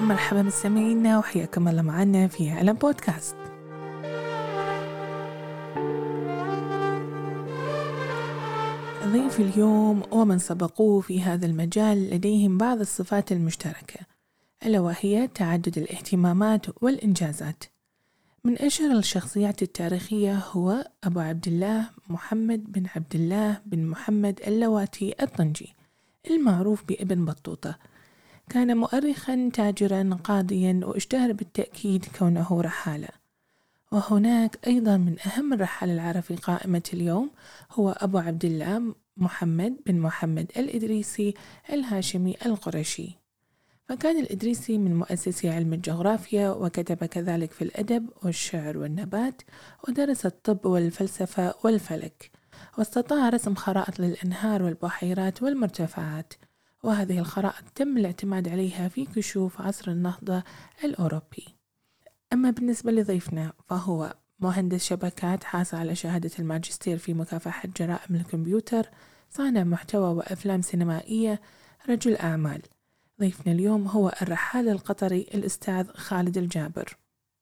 مرحبا مستمعينا وحياكم الله معنا في عالم بودكاست. ضيف اليوم ومن سبقوه في هذا المجال لديهم بعض الصفات المشتركة، ألا وهي تعدد الاهتمامات والإنجازات. من أشهر الشخصيات التاريخية هو أبو عبد الله محمد بن عبد الله بن محمد اللواتي الطنجي، المعروف بابن بطوطة. كان مؤرخاً، تاجراً، قاضياً، واشتهر بالتأكيد كونه رحالة. وهناك أيضاً من أهم الرحالة العرب في قائمة اليوم هو أبو عبد الله محمد بن محمد الإدريسي الهاشمي القرشي. فكان الإدريسي من مؤسسي علم الجغرافيا، وكتب كذلك في الأدب والشعر والنبات، ودرس الطب والفلسفة والفلك، واستطاع رسم خرائط للأنهار والبحيرات والمرتفعات، وهذه الخرائط تم الاعتماد عليها في كشوف عصر النهضة الأوروبي. أما بالنسبة لضيفنا فهو مهندس شبكات، حاصل على شهادة الماجستير في مكافحة جرائم الكمبيوتر، صانع محتوى وأفلام سينمائية، رجل أعمال. ضيفنا اليوم هو الرحال القطري الأستاذ خالد الجابر.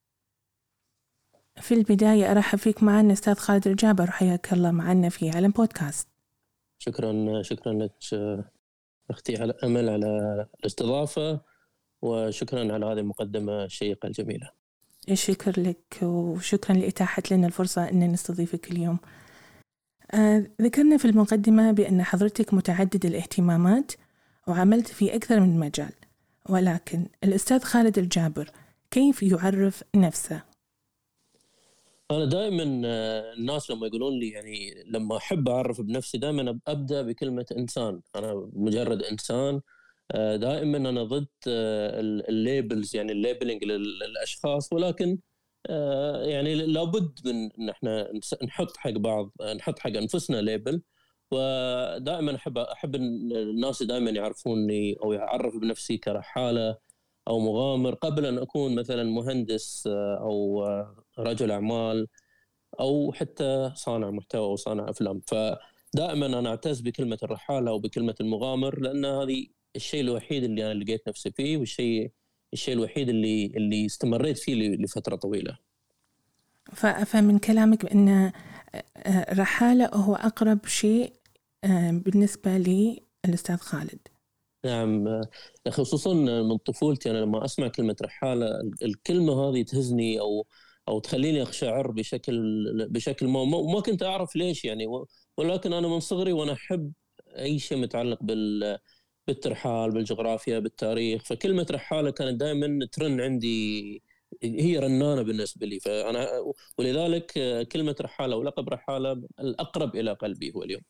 في البداية أرحب فيك معنا أستاذ خالد الجابر، وحياك الله معنا في عالم بودكاست. شكرا لك أختي أمل على الاستضافة، وشكرا على هذه المقدمة الشيقة الجميلة. الشكر لك، وشكرا لإتاحة لنا الفرصة أن نستضيفك اليوم. ذكرنا في المقدمة بأن حضرتك متعدد الاهتمامات وعملت في أكثر من مجال، ولكن الأستاذ خالد الجابر كيف يعرف نفسه؟ أنا دائما الناس لما يقولون لي، يعني لما أحب أعرف بنفسي دائما أبدأ بكلمة إنسان. أنا مجرد إنسان. دائما أنا ضد الليبلز، يعني الليبلينج للأشخاص، ولكن يعني لابد من إن إحنا نحط حق بعض، نحط حق أنفسنا ليبل. ودائما أحب إن الناس دائما يعرفوني أو يعرف بنفسي كرحالة أو مغامر، قبل أن أكون مثلا مهندس أو رجل أعمال أو حتى صانع محتوى أو صانع أفلام. فدائما أنا أعتز بكلمة الرحالة أو بكلمة المغامر، لأن هذه الشيء الوحيد اللي أنا لقيت نفسي فيه، والشيء الوحيد اللي استمريت فيه لفترة طويلة. فمن كلامك بأن رحالة هو أقرب شيء بالنسبة لي الأستاذ خالد. نعم، خصوصا من طفولتي أنا لما أسمع كلمة رحالة، الكلمة هذه تهزني أو تخليني أقشعر بشكل ما كنت أعرف ليش يعني. ولكن أنا من صغري وأنا أحب أي شيء متعلق بالترحال، بالجغرافيا، بالتاريخ. فكلمة رحالة كانت دائما ترن عندي، هي رنانة بالنسبة لي. ولذلك كلمة رحالة ولقب رحالة الأقرب إلى قلبي هو اليوم.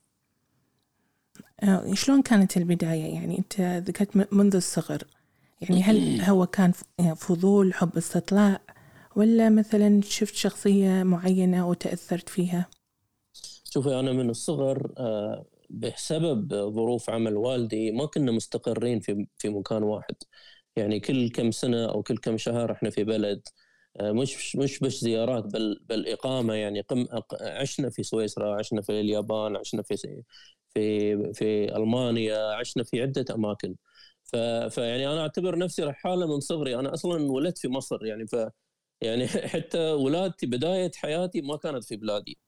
شلون كانت البداية؟ يعني أنت ذكرت منذ الصغر، يعني هل هو كان فضول، حب استطلاع، ولا مثلا شفت شخصية معينة وتأثرت فيها؟ شوفي، أنا من الصغر بسبب ظروف عمل والدي ما كنا مستقرين في مكان واحد. يعني كل كم سنة أو كل كم شهر إحنا في بلد، مش بس زيارات، بل إقامة. يعني عشنا في سويسرا، عشنا في اليابان، عشنا في ألمانيا، عشنا في عدة أماكن. فيعني أنا أعتبر نفسي رحالة من صغري. أنا أصلاً ولدت في مصر، يعني حتى ولادتي بداية حياتي ما كانت في بلادي.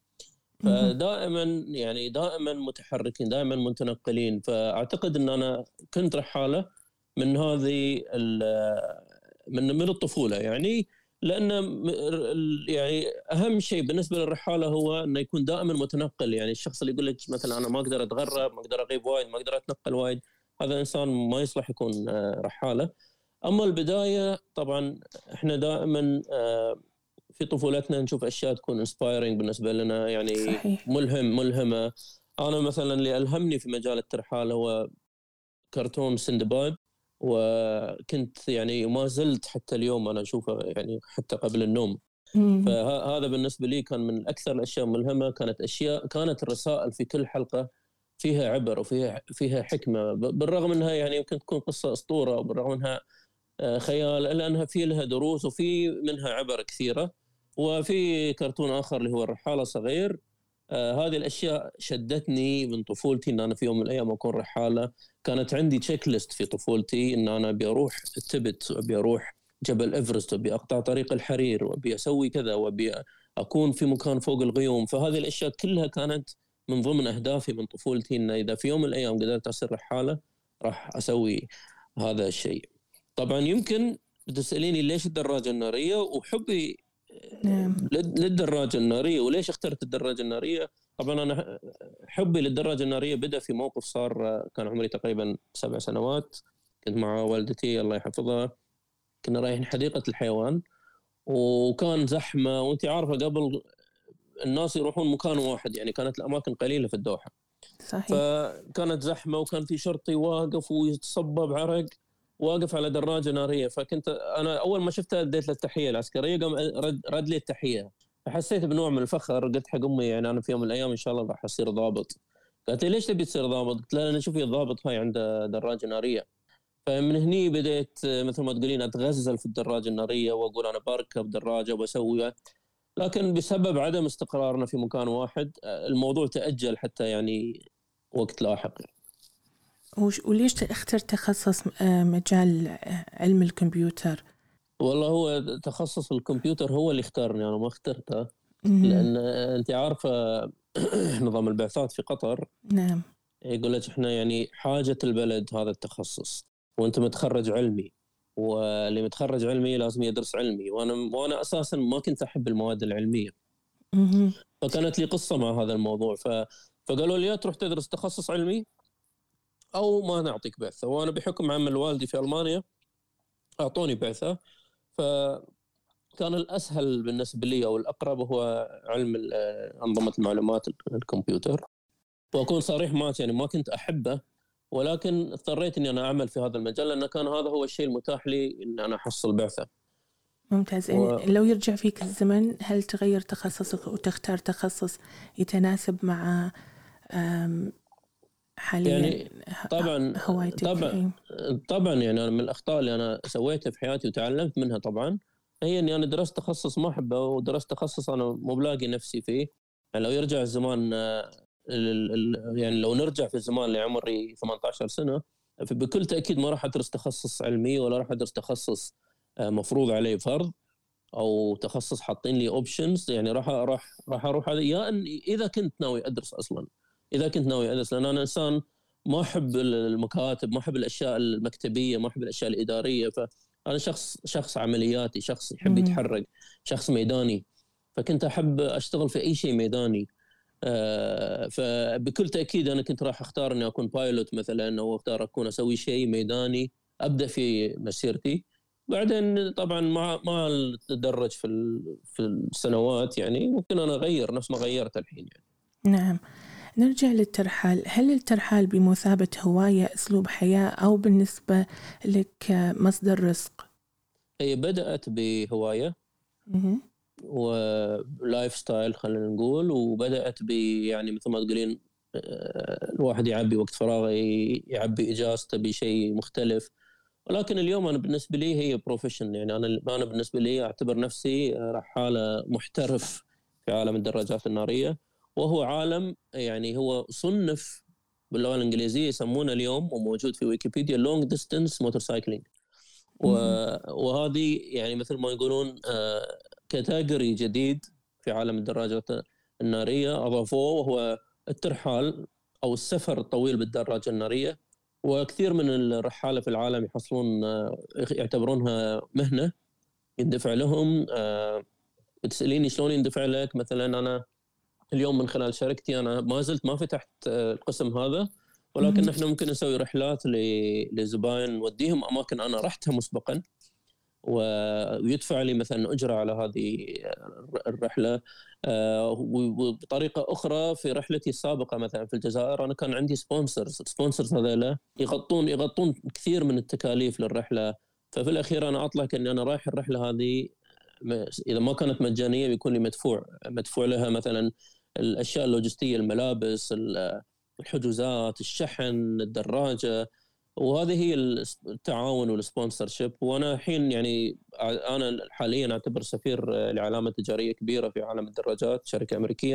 دائما متحركين، دائما متنقلين. فأعتقد أن أنا كنت رحالة من هذه من الطفولة. يعني لأن يعني أهم شيء بالنسبة للرحالة هو أنه يكون دائما متنقل. يعني الشخص اللي يقول لك مثلا أنا ما أقدر أتغرب، ما أقدر أغيب وايد، ما أقدر أتنقل وايد، هذا إنسان ما يصلح يكون رحالة. أما البداية طبعا إحنا دائما في طفولتنا نشوف أشياء تكون inspiring بالنسبة لنا، يعني صحيح. ملهمة. أنا مثلا اللي ألهمني في مجال الترحال هو كرتون سندباد، وكنت يعني ما زلت حتى اليوم أنا أشوفه، يعني حتى قبل النوم. فهذا بالنسبة لي كان من أكثر الأشياء ملهمة. كانت الرسائل في كل حلقة فيها عبر وفيها حكمة، بالرغم أنها يعني يمكن تكون قصة أسطورة، وبالرغم أنها خيال، إلا أنها في لها دروس وفي منها عبر كثيرة. وفي كرتون آخر اللي هو الرحالة صغير، هذه الاشياء شدتني من طفولتي، ان انا في يوم من الايام اكون رحاله. كانت عندي تشيك ليست في طفولتي ان انا ابي اروح التبت، وابي اروح جبل ايفرست، وابي اقطع طريق الحرير، وابي اسوي كذا، وابي اكون في مكان فوق الغيوم. فهذه الاشياء كلها كانت من ضمن اهدافي من طفولتي، ان اذا في يوم من الايام قدرت اصير رحاله راح اسوي هذا الشيء. طبعا يمكن تساليني ليش الدراجه الناريه وحبي نعم. للدراجه الناريه، وليش اخترت الدراجه الناريه. طبعا انا حبي للدراجه الناريه بدا في موقف صار، كان عمري تقريبا 7 سنوات. كنت مع والدتي الله يحفظها، كنا رايحين حديقه الحيوان، وكان زحمه، وانت عارفه قبل الناس يروحون مكان واحد، يعني كانت الاماكن قليله في الدوحه. صحيح. فكانت زحمه، وكان في شرطي واقف ويتصبب عرق، واقف على دراجه ناريه. فكنت انا اول ما شفتها اديت له التحيه العسكريه، قام رد لي التحيه. فحسيت بنوع من الفخر. قلت حق امي يعني انا في يوم من الايام ان شاء الله راح اصير ضابط. قالت لي ليش تبي تصير ضابط؟ قلت لها انا شوفي الضابط هاي عنده دراجه ناريه. فمن هني بديت مثل ما تقولين اتغزل في الدراجه الناريه، واقول انا بركب دراجه وبسوي. لكن بسبب عدم استقرارنا في مكان واحد الموضوع تاجل حتى يعني وقت لاحق. وليش اخترت تخصص مجال علم الكمبيوتر؟ والله هو تخصص الكمبيوتر هو اللي اختارني، انا ما اخترته. مهم. لان انت عارفه نظام البعثات في قطر نعم. يقول لك احنا يعني حاجه البلد هذا التخصص، وانت متخرج علمي، واللي متخرج علمي لازم يدرس علمي. وانا اساسا ما كنت احب المواد العلميه. مهم. فكانت لي قصه مع هذا الموضوع. فقالوا لي يا تروح تدرس تخصص علمي او ما نعطيك بعثه. وانا بحكم عمل والدي في المانيا اعطوني بعثه. فكان الاسهل بالنسبه لي او الاقرب هو علم انظمه المعلومات الكمبيوتر. واكون صريح معك يعني ما كنت احبه، ولكن اضطريت اني انا اعمل في هذا المجال، لان كان هذا هو الشيء المتاح لي ان انا احصل بعثه. ممتاز. يعني لو يرجع فيك الزمن هل تغير تخصصك وتختار تخصص يتناسب مع حاليا يعني طبعا هوايتك؟ طبعا أي. طبعا يعني انا من الاخطاء اللي انا سويتها في حياتي وتعلمت منها طبعا هي اني انا درست تخصص ما احبه، ودرست تخصص انا مو بلاقي نفسي فيه. يعني لو يرجع الزمان يعني لو نرجع في الزمان لعمري 18 سنه، بكل تاكيد ما راح ادرس تخصص علمي، ولا راح ادرس تخصص مفروض عليه فرض، او تخصص حاطين لي اوبشنز. يعني راح اروح هذا، يا ان اذا كنت ناوي ادرس اصلا، اذا كنت ناوي ادرس. لان انا انسان ما احب المكاتب، ما احب الاشياء المكتبيه، ما احب الاشياء الاداريه. فانا شخص عملياتي، شخص يحب مهم. يتحرك، شخص ميداني. فكنت احب اشتغل في اي شيء ميداني. فبكل تاكيد انا كنت راح اختار اني اكون بايلوت مثلا، او اختار اكون اسوي شيء ميداني ابدا في مسيرتي. بعدين طبعا مع التدرج في السنوات يعني ممكن انا اغير نفس ما غيرت الحين يعني. نعم. نرجع للترحال. هل الترحال بمثابة هواية، أسلوب حياة، أو بالنسبة لك مصدر رزق؟ هي بدات بهوايه مهم. ولايف ستايل خلينا نقول، وبدات يعني مثل ما تقولين الواحد يعبي وقت فراغه، يعبي اجازته بشيء مختلف. ولكن اليوم انا بالنسبه لي هي بروفيشن. يعني انا بالنسبه لي اعتبر نفسي رحاله محترف في عالم الدراجات الناريه. وهو عالم يعني هو صنف باللغه الانجليزيه يسمونه اليوم وموجود في ويكيبيديا لونج ديستنس موتور سايكلينج. مهم. وهذه يعني مثل ما يقولون كاتيجوري جديد في عالم الدراجات الناريه اضافوه، وهو الترحال او السفر الطويل بالدراجه الناريه. وكثير من الرحاله في العالم يحصلون يعتبرونها مهنه يندفع لهم. بتساليني شلون يندفع لك؟ مثلا انا اليوم من خلال شركتي انا ما زلت ما فتحت القسم هذا، مهم. ولكن احنا ممكن نسوي رحلات لزباين نوديهم اماكن انا رحتها مسبقا، ويدفع لي مثلا اجره على هذه الرحله. وبطريقه اخرى في رحلتي السابقه مثلا في الجزائر انا كان عندي سبونسرز هذول يغطون كثير من التكاليف للرحله. ففي الاخير انا اطلع كاني انا رايح الرحله هذه اذا ما كانت مجانيه بيكون لي مدفوع لها مثلا الاشياء اللوجستيه، الملابس، الحجوزات، الشحن، الدراجه. وهذه هي التعاون والسبونسر شيب. وانا الحين يعني انا حاليا اعتبر سفير لعلامه تجاريه كبيره في عالم الدراجات، شركه امريكيه.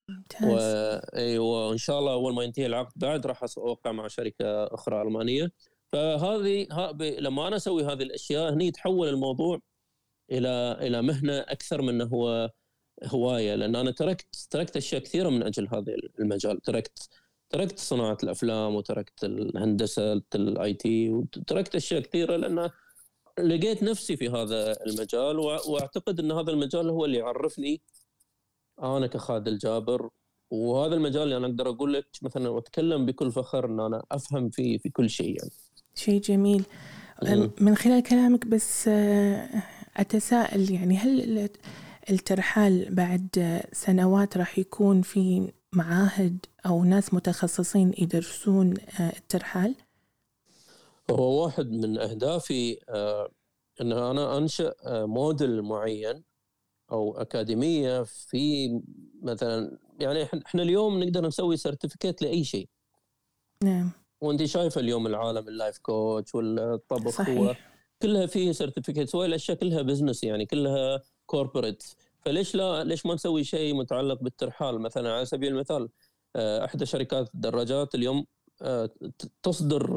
ممتاز. وان شاء الله اول ما ينتهي العقد بعد راح اوقع مع شركه اخرى المانيه. فهذه لما انا اسوي هذه الاشياء هني يتحول الموضوع الى مهنه اكثر من انه هو هوايه، لان انا تركت اشياء كثيره من اجل هذا المجال. تركت صناعه الافلام، وتركت الهندسه الاي تي، وتركت اشياء كثيره لان لقيت نفسي في هذا المجال. واعتقد ان هذا المجال هو اللي يعرفني انا كخالد الجابر. وهذا المجال اللي انا اقدر اقول لك مثلا واتكلم بكل فخر ان انا افهم فيه في كل شيء يعني. شيء جميل. من خلال كلامك بس أتساءل يعني هل الترحال بعد سنوات راح يكون في معاهد أو ناس متخصصين يدرسون الترحال؟ هو واحد من أهدافي أن أنا أنشأ موديل معين أو أكاديمية في مثلا يعني إحنا اليوم نقدر نسوي سيرتيفيكيت لأي شيء. نعم. وأنت شايفة اليوم العالم اللايف كوتش والطبخ صحيح. كلها فيه سيرتيفيكيت، سواء الأشياء كلها بزنس يعني كلها كوربوريت. فليش لا، ليش ما نسوي شيء متعلق بالترحال؟ مثلا على سبيل المثال إحدى شركات الدراجات اليوم تصدر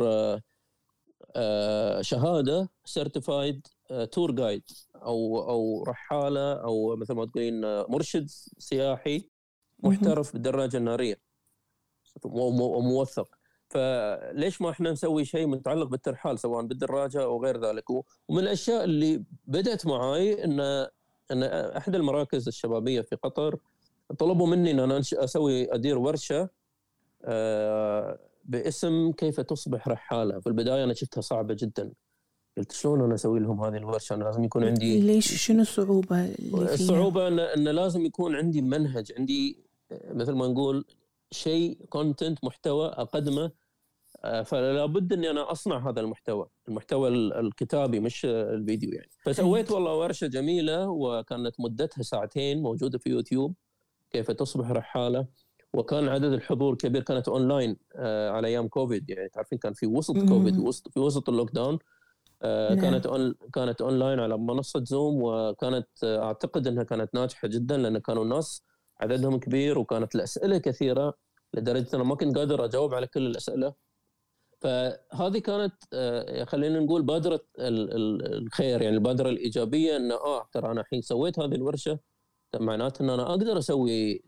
شهاده سيرتيفايد تور جايد او رحاله او مثل ما تقولين مرشد سياحي محترف بالدراجه الناريه وموثق. فليش ما احنا نسوي شيء متعلق بالترحال سواء بالدراجه او غير ذلك؟ ومن الاشياء اللي بدات معي ان احد المراكز الشبابيه في قطر طلبوا مني ان انا ادير ورشه باسم كيف تصبح رحالة. في البداية أنا شفتها صعبة جدا، قلت شلون أنا أسوي لهم هذه الورشة؟ أنا لازم يكون عندي ليش؟ شنو الصعوبة اللي فيها؟ الصعوبة أن لازم يكون عندي منهج، عندي مثل ما نقول شيء كونتنت، محتوى أقدمه. فلا بد أني أنا أصنع هذا المحتوى الكتابي مش الفيديو يعني. فسويت والله ورشة جميلة وكانت مدتها 2 ساعة موجودة في يوتيوب، كيف تصبح رحالة. وكان عدد الحضور كبير، كانت اونلاين على ايام كوفيد يعني، تعرفين كان في وسط كوفيد في وسط اللوك داون. كانت اونلاين على منصه زوم، وكانت اعتقد انها كانت ناجحه جدا لان كانوا الناس عددهم كبير وكانت الاسئله كثيره لدرجه انا ما كنت قادر اجاوب على كل الاسئله. فهذه كانت خلينا نقول بادره الخير يعني، البادره الايجابيه ان ترى انا الحين سويت هذه الورشه، معناته ان انا اقدر اسوي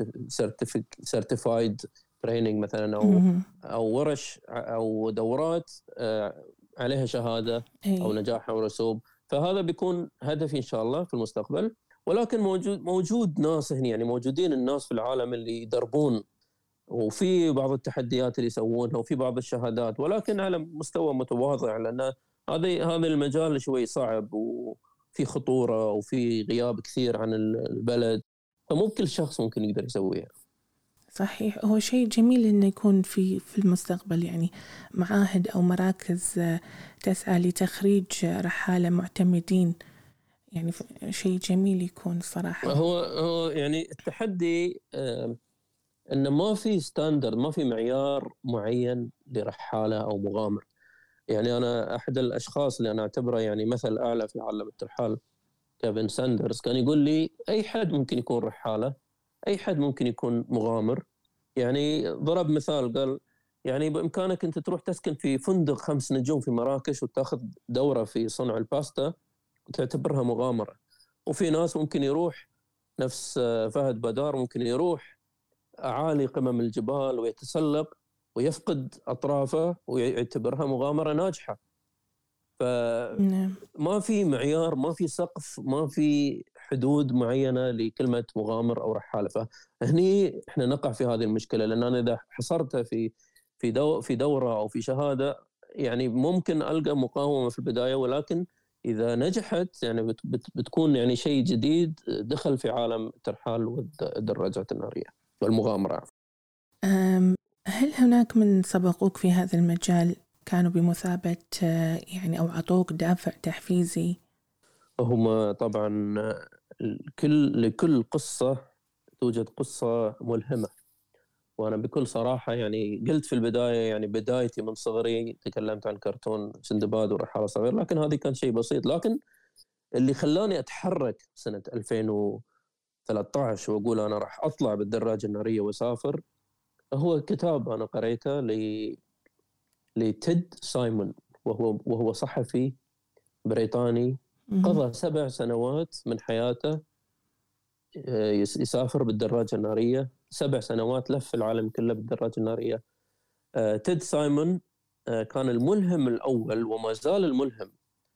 سيرتيفايد تريننج مثلا او ورش او دورات عليها شهاده او نجاح او رسوب. فهذا بيكون هدفي ان شاء الله في المستقبل. ولكن موجود ناس هنا يعني، موجودين الناس في العالم اللي يدربون، وفي بعض التحديات اللي يسوونها وفي بعض الشهادات، ولكن على مستوى متواضع، لان هذا المجال شوي صعب وفي خطورة وفي غياب كثير عن البلد، فمو كل شخص ممكن يقدر يسويها. صحيح. هو شيء جميل إنه يكون في المستقبل يعني معاهد أو مراكز تسعى لتخريج رحالة معتمدين، يعني شيء جميل يكون صراحة. هو يعني التحدي إنه ما في ستاندرد، ما في معيار معين لرحالة أو مغامر. يعني أنا أحد الأشخاص اللي أنا أعتبره يعني مثل أعلى في عالم الترحال، كيفن ساندرز، كان يقول لي أي حد ممكن يكون رحالة، أي حد ممكن يكون مغامر. يعني ضرب مثال، قال يعني بإمكانك أنت تروح تسكن في فندق 5 نجوم في مراكش وتأخذ دورة في صنع الباستا وتعتبرها مغامرة. وفي ناس ممكن يروح نفس فهد بدار، ممكن يروح أعالي قمم الجبال ويتسلق ويفقد أطرافه ويعتبرها مغامرة ناجحة. فما في معيار، ما في سقف، ما في حدود معينة لكلمة مغامر أو رحالة. فهني إحنا نقع في هذه المشكلة، لأن أنا إذا حصرتها في دورة أو في شهادة يعني ممكن ألقى مقاومة في البداية، ولكن إذا نجحت يعني بتكون يعني شيء جديد دخل في عالم الترحال والدراجات النارية والمغامرة. هل هناك من سبقوك في هذا المجال كانوا بمثابة يعني أو عطوك دافع تحفيزي؟ هم طبعا لكل قصة توجد قصة ملهمة. وأنا بكل صراحة يعني قلت في البداية يعني بدايتي من صغري تكلمت عن كرتون سندباد ورحالة صغير، لكن هذه كان شيء بسيط. لكن اللي خلاني أتحرك سنة 2000 13 واقول انا راح اطلع بالدراجه الناريه واسافر، هو كتاب انا قريته لتيد سايمون، وهو صحفي بريطاني قضى 7 سنوات من حياته يسافر بالدراجه الناريه. 7 سنوات لف العالم كله بالدراجه الناريه. تيد سايمون كان الملهم الاول وما زال الملهم،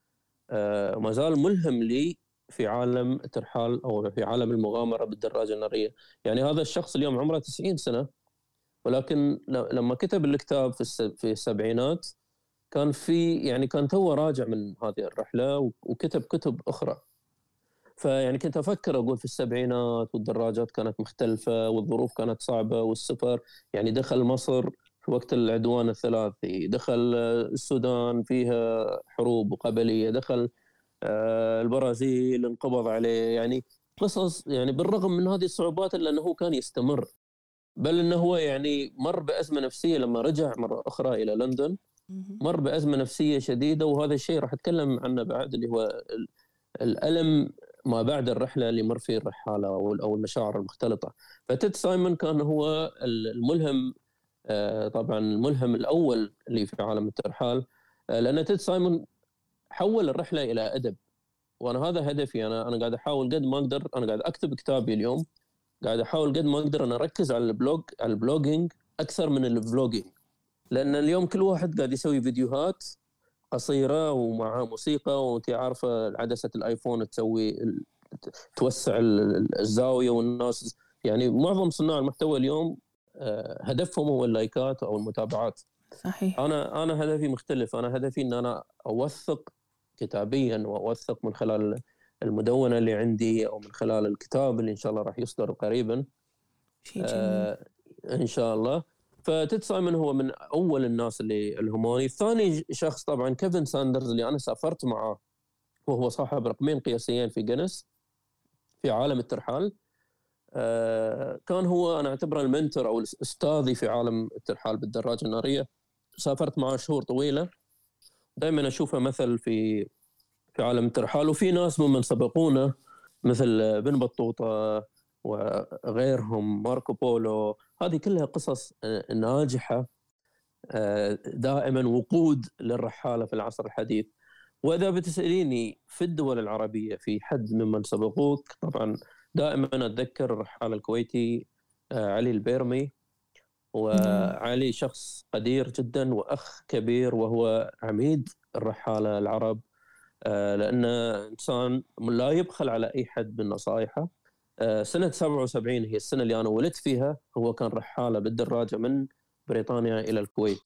ما زال ملهم لي في عالم الترحال او في عالم المغامره بالدراجه الناريه. يعني هذا الشخص اليوم عمره 90 سنه، ولكن لما كتب الكتاب في السبعينات كان كان توه راجع من هذه الرحله وكتب كتب اخرى. فيعني كنت افكر اقول في السبعينات والدراجات كانت مختلفه والظروف كانت صعبه، والسفر يعني دخل مصر في وقت العدوان الثلاثي، دخل السودان فيها حروب وقبليه، دخل البرازيل انقبض عليه، يعني قصص يعني بالرغم من هذه الصعوبات الا انه كان يستمر. بل انه هو يعني مر بازمه نفسيه لما رجع مره اخرى الى لندن، مر بازمه نفسيه شديده، وهذا الشيء راح اتكلم عنه بعد، اللي هو الالم ما بعد الرحله اللي مر فيه الرحاله او المشاعر المختلطه. فتيد سايمون كان هو الملهم، طبعا الملهم الاول اللي في عالم الترحال، لان تيد سايمون حول الرحله الى ادب. وانا هذا هدفي، انا قاعد احاول قد ما اقدر، انا قاعد اكتب كتابي اليوم، قاعد احاول قد ما اقدر انا اركز على البلوجينج اكثر من الفلوجينج، لان اليوم كل واحد قاعد يسوي فيديوهات قصيره ومعها موسيقى، وانت عارفه عدسه الايفون توسع الزاويه، والناس يعني معظم صناع المحتوى اليوم هدفهم هو اللايكات او المتابعات. صحيح. انا هدفي مختلف، انا هدفي ان انا اوثق كتابيا، واوثق من خلال المدونه اللي عندي او من خلال الكتاب اللي ان شاء الله راح يصدر قريبا شيء جميل. ان شاء الله. فتيد سايمون هو من اول الناس اللي الهموني. ثاني شخص طبعا كيفن ساندرز اللي انا سافرت معه، وهو صاحب رقمين قياسيين في جينيس في عالم الترحال. كان هو انا اعتبره المنتور او استاذي في عالم الترحال بالدراجه الناريه. سافرت معه شهور طويله، دائما اشوفه مثل في عالم الترحال. وفي ناس ممن سبقونا مثل بن بطوطه وغيرهم، ماركو بولو، هذه كلها قصص ناجحه، دائما وقود للرحاله في العصر الحديث. واذا بتساليني في الدول العربيه في حد ممن سبقوك، طبعا دائما اتذكر الرحاله الكويتي علي البيرمي. وعلي شخص قدير جدا واخ كبير، وهو عميد الرحاله العرب، لانه انسان لا يبخل على اي حد بنصائحه. سنه 77 هي السنه اللي انا ولدت فيها، هو كان رحاله بالدراجه من بريطانيا الى الكويت.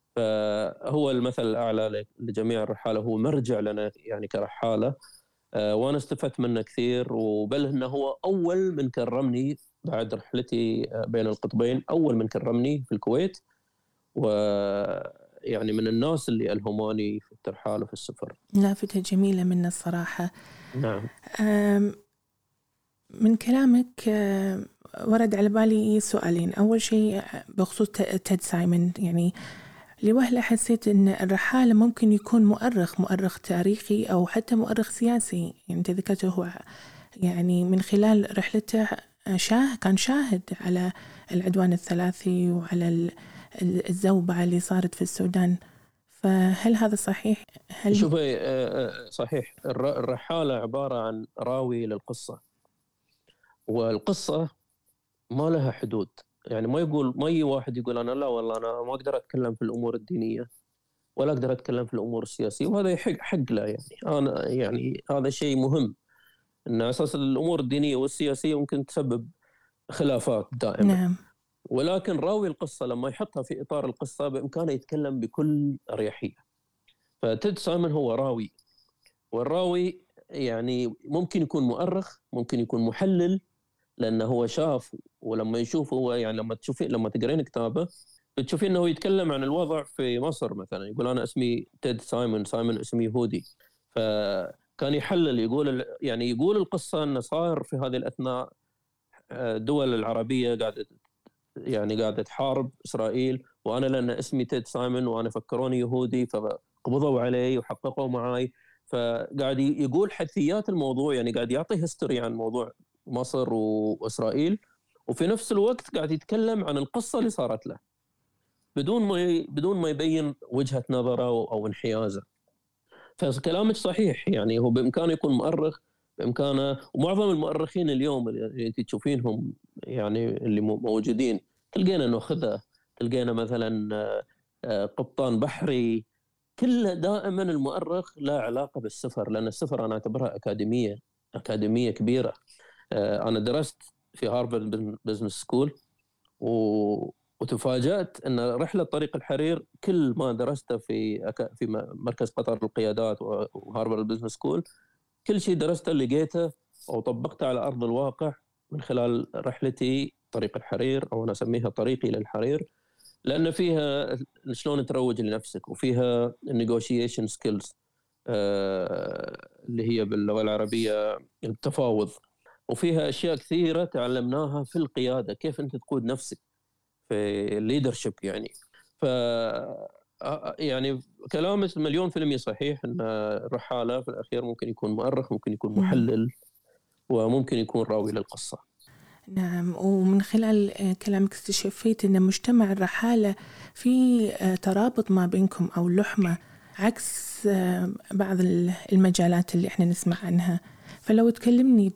فهو المثل الاعلى لجميع الرحاله، هو مرجع لنا يعني كرحاله. وانا استفدت منه كثير، وبل انه هو اول من كرمني بعد رحلتي بين القطبين، اول من كرمني في الكويت، ويعني من الناس اللي الهموني في الترحال وفي السفر. لافتة جميلة منه الصراحة. نعم. من كلامك ورد على بالي سؤالين. أول شيء بخصوص تيد سايمون، يعني لوهلة حسيت أن الرحالة ممكن يكون مؤرخ تاريخي أو حتى مؤرخ سياسي. يعني أنت ذكرته هو يعني من خلال رحلته كان شاهد على العدوان الثلاثي وعلى الزوبعة اللي صارت في السودان. فهل هذا صحيح؟ شوفي، صحيح. الرحالة عبارة عن راوي للقصة، والقصة ما لها حدود. يعني ما أي واحد يقول أنا لا والله أنا ما أقدر أتكلم في الأمور الدينية ولا أقدر أتكلم في الأمور السياسية، وهذا حق لا. يعني أنا يعني هذا شيء مهم، أن أساس الأمور الدينية والسياسية ممكن تسبب خلافات دائما. نعم. ولكن راوي القصة لما يحطها في إطار القصة بإمكانه يتكلم بكل أريحية. فتيد سايمون هو راوي، والراوي يعني ممكن يكون مؤرخ، ممكن يكون محلل، لأنه هو شاف. ولما يشوف هو يعني لما تقرين كتابه بتشوفين أنه يتكلم عن الوضع في مصر مثلا، يقول أنا اسمي تيد سايمون اسمي يهودي. فكان يحلل، يقول القصة أنه صار في هذه الأثناء الدول العربية قاعدة تحارب إسرائيل، وأنا لأن اسمي تيد سايمون وأنا فكروني يهودي فقبضوا علي وحققوا معي. فقاعد يقول حثيات الموضوع، يعني قاعد يعطي هيستوري عن موضوع مصر وإسرائيل، وفي نفس الوقت قاعد يتكلم عن القصة اللي صارت له بدون ما يبين وجهة نظره أو انحيازه. فكلامك صحيح، يعني هو بإمكانه يكون مؤرخ، بإمكانه. ومعظم المؤرخين اليوم اللي تشوفينهم يعني اللي موجودين، تلقينا ناخذه، تلقينا مثلا قبطان بحري. كله دائما المؤرخ لا علاقة بالسفر، لأن السفر أنا أعتبرها أكاديمية كبيرة. أنا درست في هارفارد بزنس سكول، وتفاجأت أن رحلة طريق الحرير كل ما درسته في مركز قطر للقيادات وهارفارد بزنس سكول، كل شيء درسته لقيته أو طبقته على أرض الواقع من خلال رحلتي طريق الحرير، أو أنا أسميها طريقي للحرير، لأن فيها شلون تروج لنفسك، وفيها negotiation skills اللي هي باللغة العربية التفاوض، وفيها أشياء كثيرة تعلمناها في القيادة، كيف أنت تقود نفسك في الليدرشيب يعني. ف يعني كلامك مليون في المية صحيح، أن الرحالة في الأخير ممكن يكون مؤرخ، ممكن يكون محلل، وممكن يكون راوي للقصة. نعم، ومن خلال كلامك استشفيت أن مجتمع الرحالة في ترابط ما بينكم أو لحمة، عكس بعض المجالات اللي احنا نسمع عنها. فلو تكلمني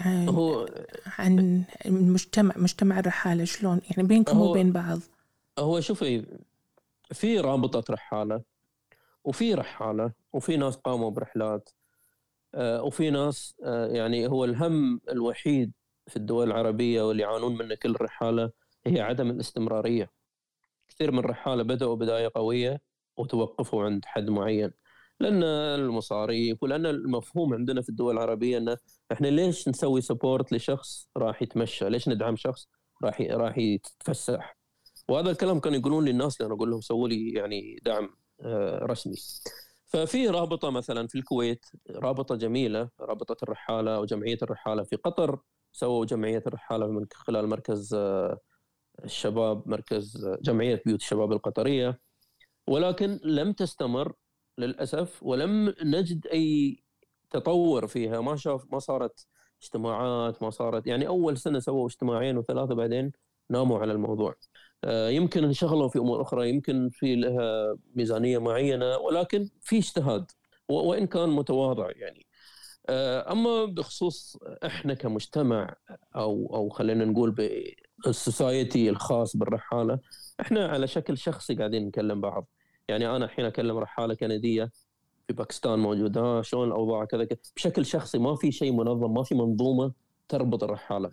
عن مجتمع الرحالة شلون يعني بينكم وبين بعض. هو شوفي، في رابطة رحالة، وفي رحالة، وفي ناس قاموا برحلات، وفي ناس يعني هو الهم الوحيد في الدول العربية واللي يعانون منه كل رحالة هي عدم الاستمرارية. كثير من الرحالة بدأوا بداية قوية وتوقفوا عند حد معين، لأن المصاريف، ولأن المفهوم عندنا في الدول العربية أنه إحنا ليش نسوي سبورت لشخص راح يتمشى، ليش ندعم شخص راح يتفسح. وهذا الكلام كانوا يقولون لي الناس، لأن أقول لهم سووا لي يعني دعم رسمي. ففي رابطة مثلا في الكويت، رابطة جميلة، رابطة الرحالة أو جمعية الرحالة. في قطر سووا جمعية الرحالة من خلال مركز الشباب، مركز جمعية بيوت الشباب القطرية، ولكن لم تستمر للأسف، ولم نجد أي تطور فيها. ما صارت اجتماعات، ما صارت يعني أول سنة سووا اجتماعين وثلاثة، بعدين ناموا على الموضوع. يمكن انشغلوا في أمور أخرى، يمكن في لها ميزانية معينة، ولكن في اجتهاد وإن كان متواضع يعني. أما بخصوص إحنا كمجتمع أو خلينا نقول بالسوسايتي الخاص بالرحالة، إحنا على شكل شخصي قاعدين نكلم بعض. يعني أنا الحين أكلم رحالة كندية في باكستان موجودة، شلون الأوضاع كذا بشكل شخصي، ما في شيء منظم، ما في منظومة تربط الرحالة.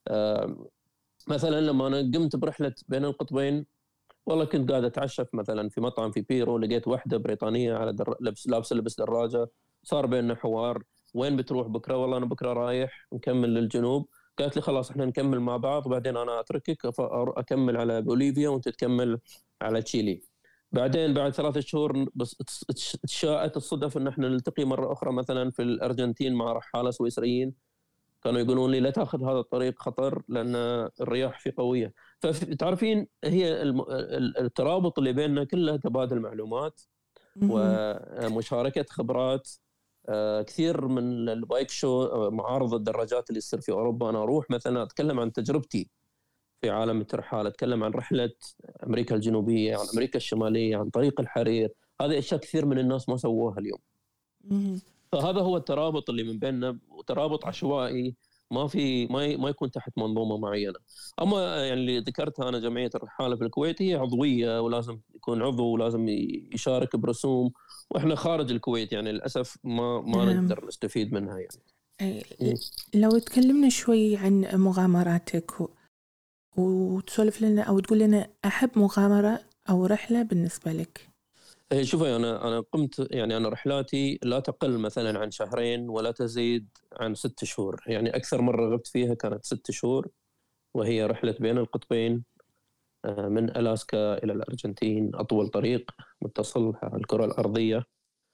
مثلا لما أنا قمت برحلة بين القطبين، والله كنت قاعد أتعشى مثلا في مطعم في بيرو، لقيت واحدة بريطانية على لابسة لبس دراجة، صار بيننا حوار، وين بتروح بكرة؟ والله أنا بكرة رايح نكمل للجنوب. قالت لي خلاص احنا نكمل مع بعض، وبعدين أنا أتركك أكمل على بوليفيا وأنت تكمل على تشيلي. بعدين بعد 3 شهور بس تشاءت الصدف ان احنا نلتقي مرة أخرى مثلا في الأرجنتين مع رحالة سويسريين، كانوا يقولون لي لا تاخذ هذا الطريق خطر لان الرياح فيه قويه. فتعرفين هي الترابط اللي بيننا كله تبادل معلومات ومشاركه خبرات. كثير من البايك شو، معارض الدراجات اللي تصير في اوروبا، انا اروح مثلا اتكلم عن تجربتي في عالم الترحال، اتكلم عن رحله امريكا الجنوبيه، عن امريكا الشماليه، عن طريق الحرير. هذه اشياء كثير من الناس ما سووها اليوم. فهذا هو الترابط اللي من بيننا، وترابط عشوائي، ما يكون تحت منظومه معينه. اما يعني اللي ذكرتها انا، جمعيه الرحاله في الكويت هي عضويه، ولازم يكون عضو، ولازم يشارك برسوم، واحنا خارج الكويت يعني للاسف ما نقدر نستفيد منها يعني. لو تكلمنا شوي عن مغامراتك وتسولف لنا او تقول لنا احب مغامره او رحله بالنسبه لك. شوفي، أنا قمت يعني أنا رحلاتي لا تقل مثلا عن 2 ولا تزيد عن 6 شهور. يعني أكثر مرة غبت فيها كانت 6 شهور، وهي رحلة بين القطبين من ألاسكا إلى الأرجنتين، أطول طريق متصل على الكرة الأرضية،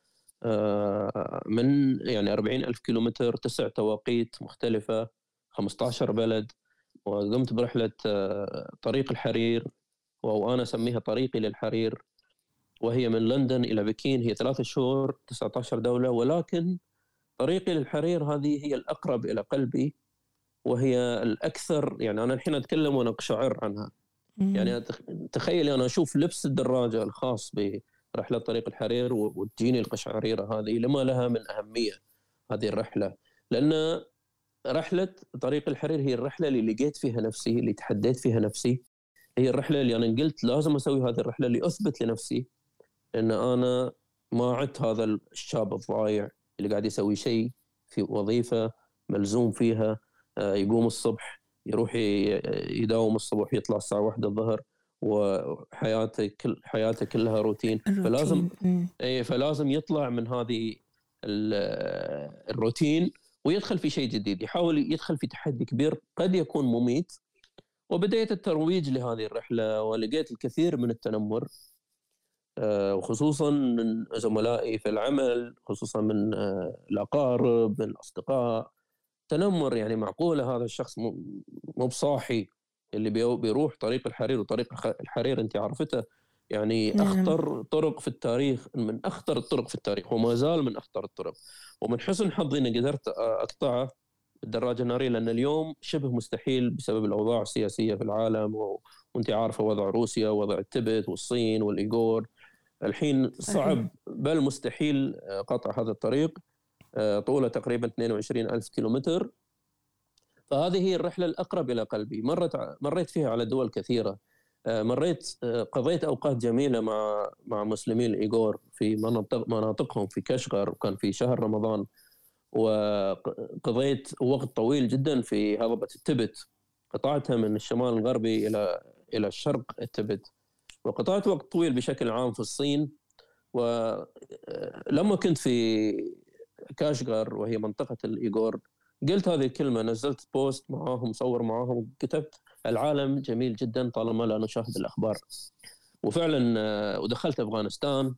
من يعني 40,000 كيلومتر، 9 تواقيت مختلفة، 15 بلد. وقمت برحلة طريق الحرير، وأنا أسميها طريقي للحرير، وهي من لندن إلى بكين، هي 3 شهور 19 دولة. ولكن طريقي للحرير هذه هي الأقرب إلى قلبي، وهي الأكثر، يعني أنا الحين أتكلم وأنا أقشعر عنها. يعني تخيل أنا أشوف لبس الدراجة الخاص برحلة طريق الحرير وتجيني القشعريرة هذه. لما لها من أهمية هذه الرحلة؟ لأن رحلة طريق الحرير هي الرحلة اللي لقيت فيها نفسي، اللي تحديت فيها نفسي. هي الرحلة اللي أنا قلت لازم أسوي هذه الرحلة لأثبت لنفسي أن أنا ما عدت هذا الشاب الضايع اللي قاعد يسوي شيء في وظيفة ملزوم فيها، يقوم الصبح يروح يداوم الصبح يطلع الساعة 1 الظهر، حياته كلها روتين. فلازم يطلع من هذه الروتين ويدخل في شيء جديد، يحاول يدخل في تحدي كبير قد يكون مميت. وبدأت الترويج لهذه الرحلة ولقيت الكثير من التنمر، وخصوصا من زملائي في العمل، خصوصا من الأقارب، من الأصدقاء. تنمر يعني معقولة هذا الشخص مو بصاحي اللي بيروح طريق الحرير؟ وطريق الحرير أنت عرفته يعني أخطر طرق في التاريخ، من أخطر الطرق في التاريخ وما زال من أخطر الطرق. ومن حسن حظي أني قدرت أقطعه بالدراجة النارية، لأن اليوم شبه مستحيل بسبب الأوضاع السياسية في العالم، وأنت عارفة وضع روسيا ووضع التبت والصين والإيغور. الحين صعب بل مستحيل قطع هذا الطريق، طوله تقريبا 22,000 كيلومتر. فهذه هي الرحلة الأقرب إلى قلبي. مريت فيها على دول كثيرة، قضيت أوقات جميلة مع مسلمي الإيغور في مناطقهم في كشغر، وكان في شهر رمضان. وقضيت وقت طويل جدا في هضبة التبت، قطعتها من الشمال الغربي إلى الشرق التبت. وقطعت وقت طويل بشكل عام في الصين. ولما كنت في كاشغر وهي منطقة الإيغور قلت هذه الكلمة، نزلت بوست معاهم، صور معاهم، كتبت العالم جميل جدا طالما لا نشاهد الأخبار. وفعلا ودخلت أفغانستان،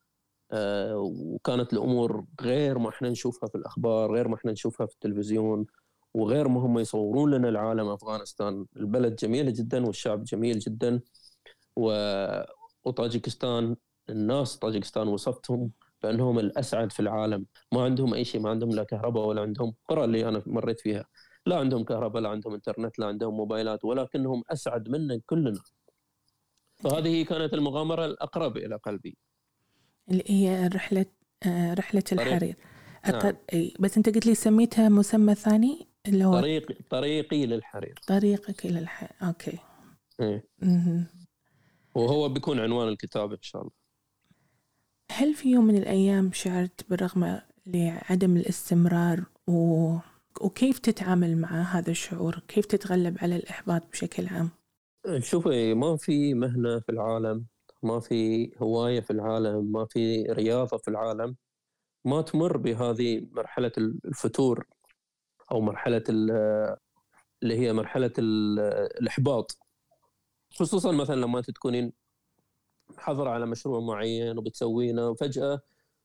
وكانت الأمور غير ما احنا نشوفها في الأخبار، غير ما احنا نشوفها في التلفزيون، وغير ما هم يصورون لنا العالم. أفغانستان البلد جميلة جدا والشعب جميل جدا. وطاجكستان، الناس طاجكستان وصفتهم بأنهم الأسعد في العالم. ما عندهم أي شيء، ما عندهم لا كهرباء ولا عندهم، قرى اللي أنا مريت فيها لا عندهم كهرباء، لا عندهم إنترنت، لا عندهم موبايلات، ولكنهم أسعد منا كلنا. فهذه كانت المغامرة الأقرب إلى قلبي، اللي هي رحلة الحرير. بس أنت قلت لي سميتها مسمى ثاني اللي هو طريقي للحرير. طريقك إلى الحرير. أوكي. وهو بيكون عنوان الكتاب إن شاء الله. هل في يوم من الأيام شعرت بالرغم لعدم الاستمرار وكيف تتعامل مع هذا الشعور؟ كيف تتغلب على الإحباط بشكل عام؟ شوفي، ما في مهنة في العالم، ما في هواية في العالم، ما في رياضة في العالم ما تمر بهذه مرحلة الفتور، أو مرحلة اللي هي مرحلة الإحباط. خصوصا مثلا لما تكونين حضر على مشروع معين وبتسوينه، وفجأة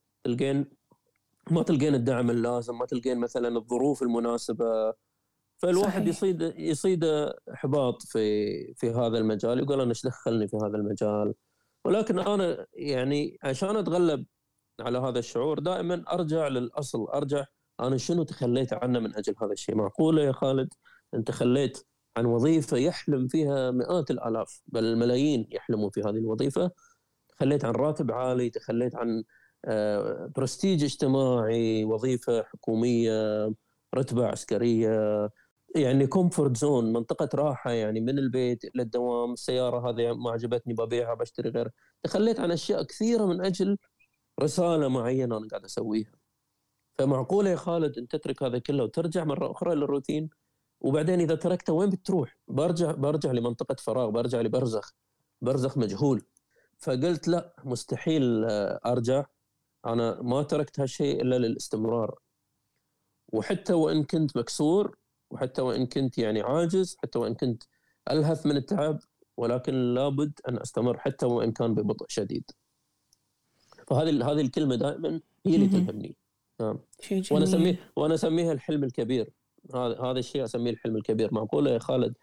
ما تلقين الدعم اللازم، ما تلقين مثلا الظروف المناسبة. فالواحد يصيد إحباط في هذا المجال، يقول أنا إيش دخلني في هذا المجال. ولكن أنا يعني عشان أتغلب على هذا الشعور دائما أرجع للأصل، أرجع أنا شنو تخليت عنه من أجل هذا الشيء. معقولة يا خالد أنت خليت عن وظيفة يحلم فيها مئات الآلاف بل الملايين يحلمون في هذه الوظيفة، تخليت عن راتب عالي، تخليت عن برستيج اجتماعي، وظيفة حكومية، رتبة عسكرية، يعني كومفورت زون، منطقة راحة، يعني من البيت إلى الدوام، السيارة هذه ما عجبتني ببيعها بشتري غير. تخليت عن أشياء كثيرة من أجل رسالة معينة أنا قاعد أسويها. فمعقولة يا خالد أن تترك هذا كله وترجع مرة أخرى للروتين؟ وبعدين إذا تركته وين بتروح؟ برجع لمنطقة فراغ، برجع لبرزخ مجهول. فقلت لا، مستحيل أرجع. أنا ما تركت هالشيء إلا للاستمرار. وحتى وإن كنت مكسور، وحتى وإن كنت يعني عاجز، حتى وإن كنت ألهث من التعب، ولكن لابد أن أستمر حتى وإن كان ببطء شديد. فهذه الكلمة دائما هي اللي تلهمني. وأنا أسميها الحلم الكبير. هذا الشيء أسميه الحلم الكبير. معقولة يا خالد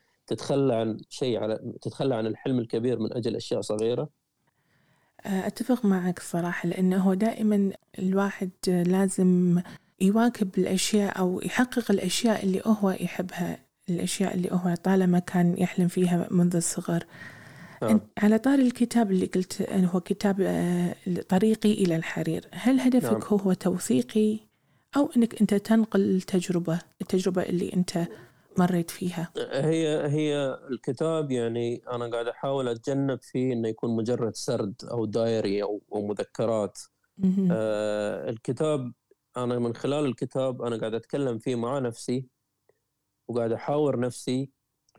تتخلى عن الحلم الكبير من أجل أشياء صغيرة؟ أتفق معك صراحة، لأنه دائما الواحد لازم يواكب الأشياء أو يحقق الأشياء اللي هو يحبها، الأشياء اللي هو طالما كان يحلم فيها منذ الصغر. على طار الكتاب اللي قلت أنه هو كتاب طريقي إلى الحرير، هل هدفك هو توثيقي أو أنك أنت تنقل التجربة اللي أنت مريت فيها؟ هي الكتاب يعني أنا قاعد أحاول أتجنب فيه إنه يكون مجرد سرد أو دايري أو مذكرات. الكتاب أنا من خلال الكتاب أنا قاعد أتكلم فيه مع نفسي وقاعد أحاور نفسي،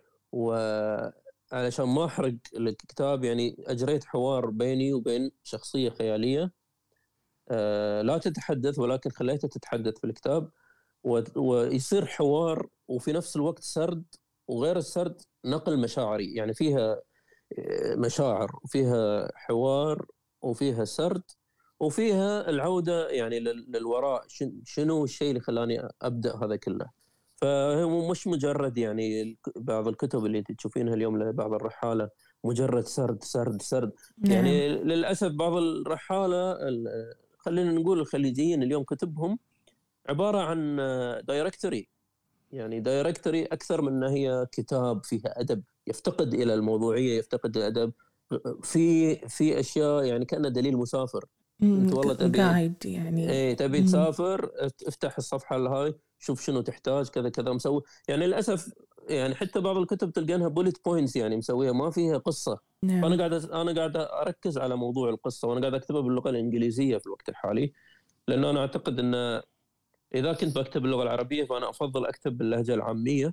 وعلشان ما أحرق الكتاب يعني أجريت حوار بيني وبين شخصية خيالية لا تتحدث ولكن خليتها تتحدث في الكتاب، ويصير حوار وفي نفس الوقت سرد، وغير السرد نقل مشاعري، يعني فيها مشاعر وفيها حوار وفيها سرد وفيها العودة يعني للوراء، شنو الشيء اللي خلاني أبدأ هذا كله. فهو مش مجرد يعني بعض الكتب اللي انت تشوفينها اليوم لبعض الرحالة مجرد سرد سرد سرد. يعني للأسف بعض الرحالة خلينا نقول الخليجيين اليوم كتبهم عبارة عن دايركتوري، يعني دايركتوري أكثر من أنها هي كتاب فيها أدب، يفتقد إلى الموضوعية، يفتقد الأدب في أشياء يعني كأنه دليل مسافر. أنت والله تبي يعني تبي تسافر، افتح الصفحة هاي شوف شنو تحتاج كذا كذا مسوي. يعني للأسف يعني حتى بعض الكتب تلقينها بوليت بوينتس يعني مسويها ما فيها قصة. فأنا قاعد أركز على موضوع القصة، وأنا قاعد أكتبها باللغة الإنجليزية في الوقت الحالي، لأنه أنا أعتقد أن إذا كنت بكتب باللغة العربية فأنا أفضل أكتب باللهجة العامية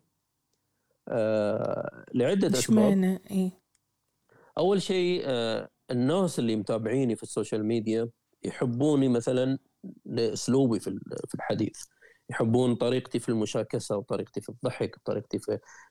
لعدة أسباب. أول شيء الناس اللي متابعيني في السوشيال ميديا يحبوني مثلا لأسلوبي في الحديث، يحبون طريقتي في المشاكسة وطريقتي في الضحك وطريقتي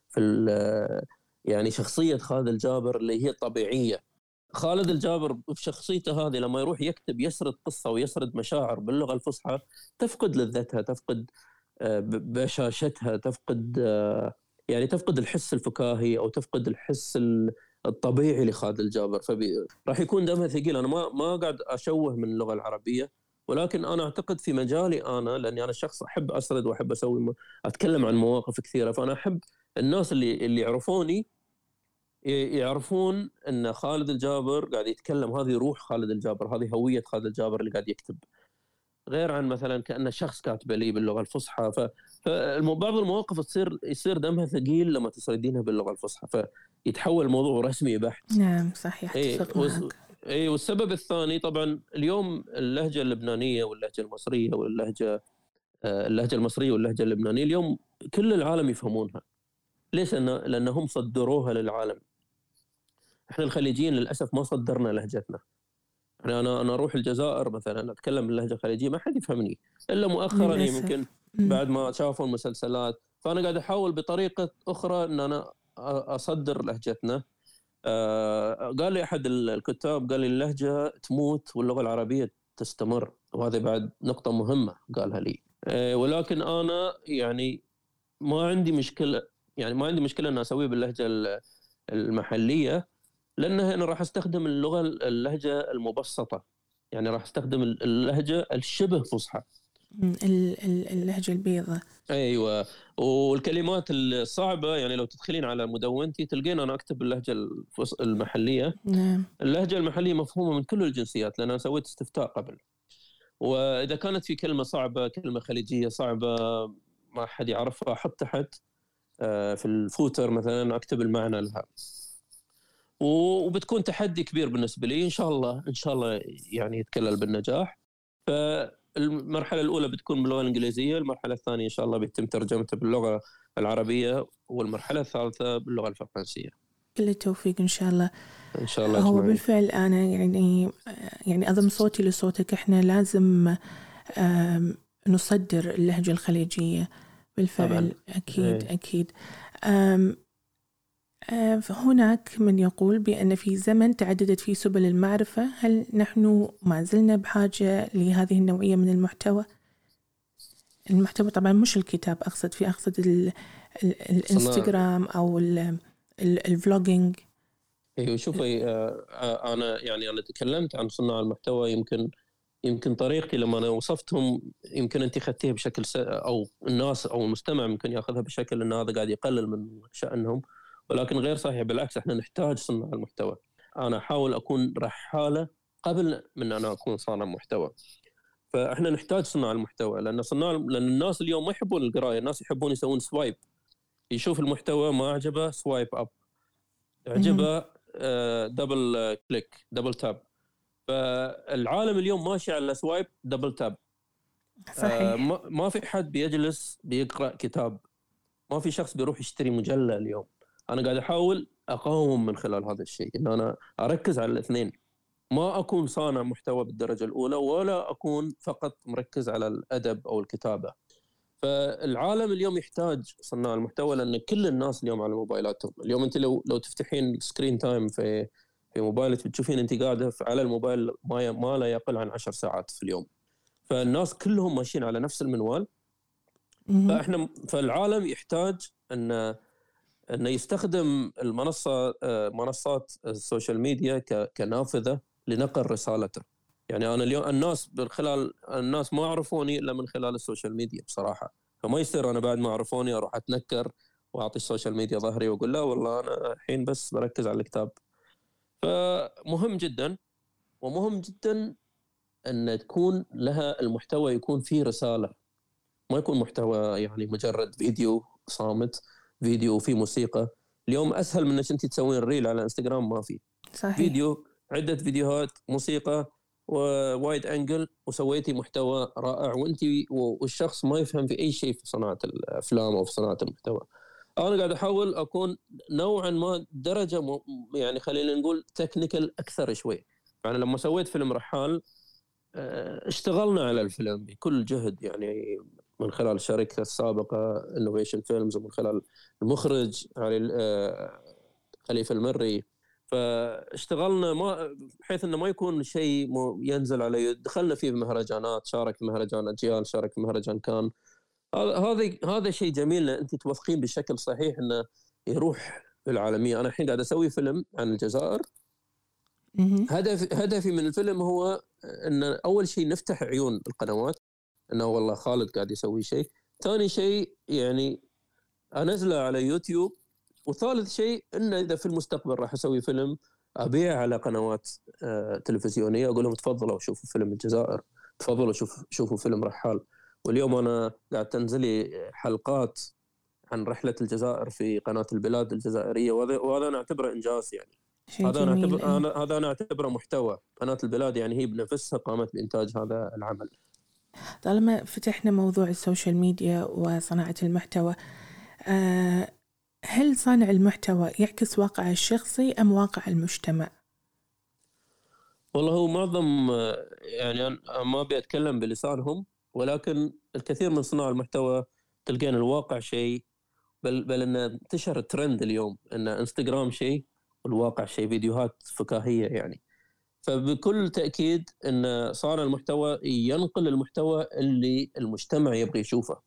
في يعني شخصية خالد الجابر اللي هي طبيعية. خالد الجابر بشخصيته هذه لما يروح يكتب يسرد قصة ويسرد مشاعر باللغة الفصحى تفقد لذتها، تفقد بشاشتها، تفقد يعني تفقد الحس الفكاهي أو تفقد الحس الطبيعي لخالد الجابر. راح يكون دمها ثقيل. أنا ما قاعد أشوه من اللغة العربية، ولكن أنا أعتقد في مجالي أنا، لأني أنا شخص أحب أسرد وأحب أتكلم عن مواقف كثيرة، فأنا أحب الناس اللي يعرفوني يعرفون أن خالد الجابر قاعد يتكلم، هذه روح خالد الجابر، هذه هوية خالد الجابر اللي قاعد يكتب، غير عن مثلا كأنه شخص كاتب لي باللغة الفصحى. فبعض المواقف يصير دمها ثقيل لما تسردينها باللغة الفصحى، فيتحول الموضوع رسمي بحت. نعم صحيح، اتفق معك. والسبب الثاني طبعا اليوم اللهجة اللبنانية واللهجة المصرية اللهجة المصرية واللهجة اللبنانية اليوم كل العالم يفهمونها. ليش؟ لأنهم صدروها للعالم. احنا الخليجيين للأسف ما صدرنا لهجتنا. يعني أنا أروح الجزائر مثلا أتكلم باللهجة الخليجية ما حد يفهمني إلا مؤخرا يمكن بعد ما شافوا المسلسلات. فأنا قاعد أحاول بطريقة أخرى أن أنا أصدر لهجتنا. قال لي أحد الكتاب قال لي اللهجة تموت واللغة العربية تستمر، وهذا بعد نقطة مهمة قالها لي. ولكن أنا يعني ما عندي مشكلة، يعني ما عندي مشكلة أن أسويه باللهجة المحلية، لأنه أنا راح أستخدم اللهجة المبسطة، يعني راح أستخدم اللهجة الشبه فصحى، اللهجة البيضاء. أيوة. والكلمات الصعبة يعني لو تدخلين على مدونتي تلقين أنا أكتب اللهجة المحلية. نعم. اللهجة المحلية مفهومة من كل الجنسيات، لأن أنا سويت استفتاء قبل، وإذا كانت في كلمة صعبة، كلمة خليجية صعبة ما حد يعرفها، أحط تحت في الفوتر مثلا أكتب المعنى لها، وبتكون تحدي كبير بالنسبة لي. إن شاء الله يعني يتكلل بالنجاح. فالمرحلة الأولى بتكون باللغة الإنجليزية، المرحلة الثانية إن شاء الله بيتم ترجمته باللغة العربية، والمرحلة الثالثة باللغة الفرنسية. كل التوفيق إن شاء الله. إن شاء الله. هو بالفعل أنا يعني أضم صوتي لصوتك، إحنا لازم نصدر اللهجة الخليجية بالفعل طبعاً. أكيد. هناك من يقول بأن في زمن تعددت فيه سبل المعرفة، هل نحن ما زلنا بحاجة لهذه النوعية من المحتوى المحتوى طبعا مش الكتاب، أقصد الانستغرام أو الفلوجينج. ايوه شوفي، انا تكلمت عن صناع المحتوى يمكن يمكن طريقتي لما أنا وصفتهم يمكن أنت خدتيها بشكل أو الناس أو المستمع ممكن يأخذها بشكل أن هذا قاعد يقلل من شأنهم، ولكن غير صحيح. بالعكس، إحنا نحتاج صناع المحتوى. أنا أحاول أكون رحالة قبل من أنا أكون صانع محتوى. فإحنا نحتاج صناع المحتوى، لأن الناس اليوم ما يحبون القراية، الناس يحبون يسوون سوايب، يشوف المحتوى ما عجبه سوايب أب، عجبه دبل كليك، دبل تاب. فالعالم اليوم ماشي على سوايب دبل تاب. صحيح. ما في حد بيجلس بيقرأ كتاب، ما في شخص بيروح يشتري مجلة اليوم. أنا قاعد أحاول أقاوم من خلال هذا الشيء، إن أنا أركز على الاثنين، ما أكون صانع محتوى بالدرجة الأولى ولا أكون فقط مركز على الأدب أو الكتابة. فالعالم اليوم يحتاج صناع المحتوى، لأن كل الناس اليوم على موبايلاتهم. اليوم أنت لو تفتحين سكرين تايم في موبايلك بتشوفين أنت قاعدة على الموبايل ما لا يقل عن 10 ساعات في اليوم. فالناس كلهم ماشيين على نفس المنوال. فالعالم يحتاج أن يستخدم منصات السوشيال ميديا كنافذة لنقل رسالته. يعني أنا اليوم الناس ما عرفوني إلا من خلال السوشيال ميديا بصراحة. فما يصير أنا بعد ما عرفوني أروح أتنكر وأعطي السوشيال ميديا ظهري وأقول لا والله أنا الحين بس بركز على الكتاب. فمهم جدا، ومهم جدا أن تكون لها المحتوى يكون فيه رسالة، ما يكون محتوى يعني مجرد فيديو صامت، فيديو فيه موسيقى. اليوم أسهل من أنك أنت تسوين ريل على انستغرام، ما في صحيح. فيديو، عدة فيديوهات، موسيقى ووايد أنجل، وسويتي محتوى رائع، وأنت والشخص ما يفهم في أي شيء في صناعة الأفلام أو في صناعة المحتوى. أنا قاعد أحاول أكون نوعا ما درجة يعني خلينا نقول تكنيكال أكثر شوي. يعني لما سويت فيلم رحال اشتغلنا على الفيلم بكل جهد، يعني من خلال الشركة السابقة Innovation Films، ومن خلال المخرج علي خليفة المري. فاشتغلنا بحيث انه ما يكون شيء ينزل عليه. دخلنا فيه بمهرجانات، شارك في مهرجان أجيال، شارك في مهرجان كان. هذا شيء جميل، انت توثقين بشكل صحيح انه يروح في العالمية. انا الحين قاعد اسوي فيلم عن الجزائر. هدفي من الفيلم هو ان اول شيء نفتح عيون القنوات انه والله خالد قاعد يسوي شيء. ثاني شيء يعني انزله على يوتيوب. وثالث شيء انه اذا في المستقبل راح اسوي فيلم ابيع على قنوات تلفزيونيه، اقول لهم تفضلوا شوفوا فيلم الجزائر، تفضلوا شوفوا فيلم رحال. واليوم انا قاعد تنزلي حلقات عن رحله الجزائر في قناه البلاد الجزائريه، وهذا انا اعتبره انجاز. يعني شيء جميل. هذا انا اعتبره محتوى. قناه البلاد يعني هي بنفسها قامت بانتاج هذا العمل. طالما فتحنا موضوع السوشيال ميديا وصناعة المحتوى، هل صانع المحتوى يعكس واقع الشخصي أم واقع المجتمع؟ والله هو معظم يعني أنا ما أبي أتكلم بلسانهم، ولكن الكثير من صناع المحتوى تلقين الواقع شيء، بل أن انتشر الترند اليوم أن انستغرام شيء والواقع شيء، فيديوهات فكاهية يعني. فبكل تأكيد أن صانع المحتوى ينقل المحتوى اللي المجتمع يبغى يشوفه.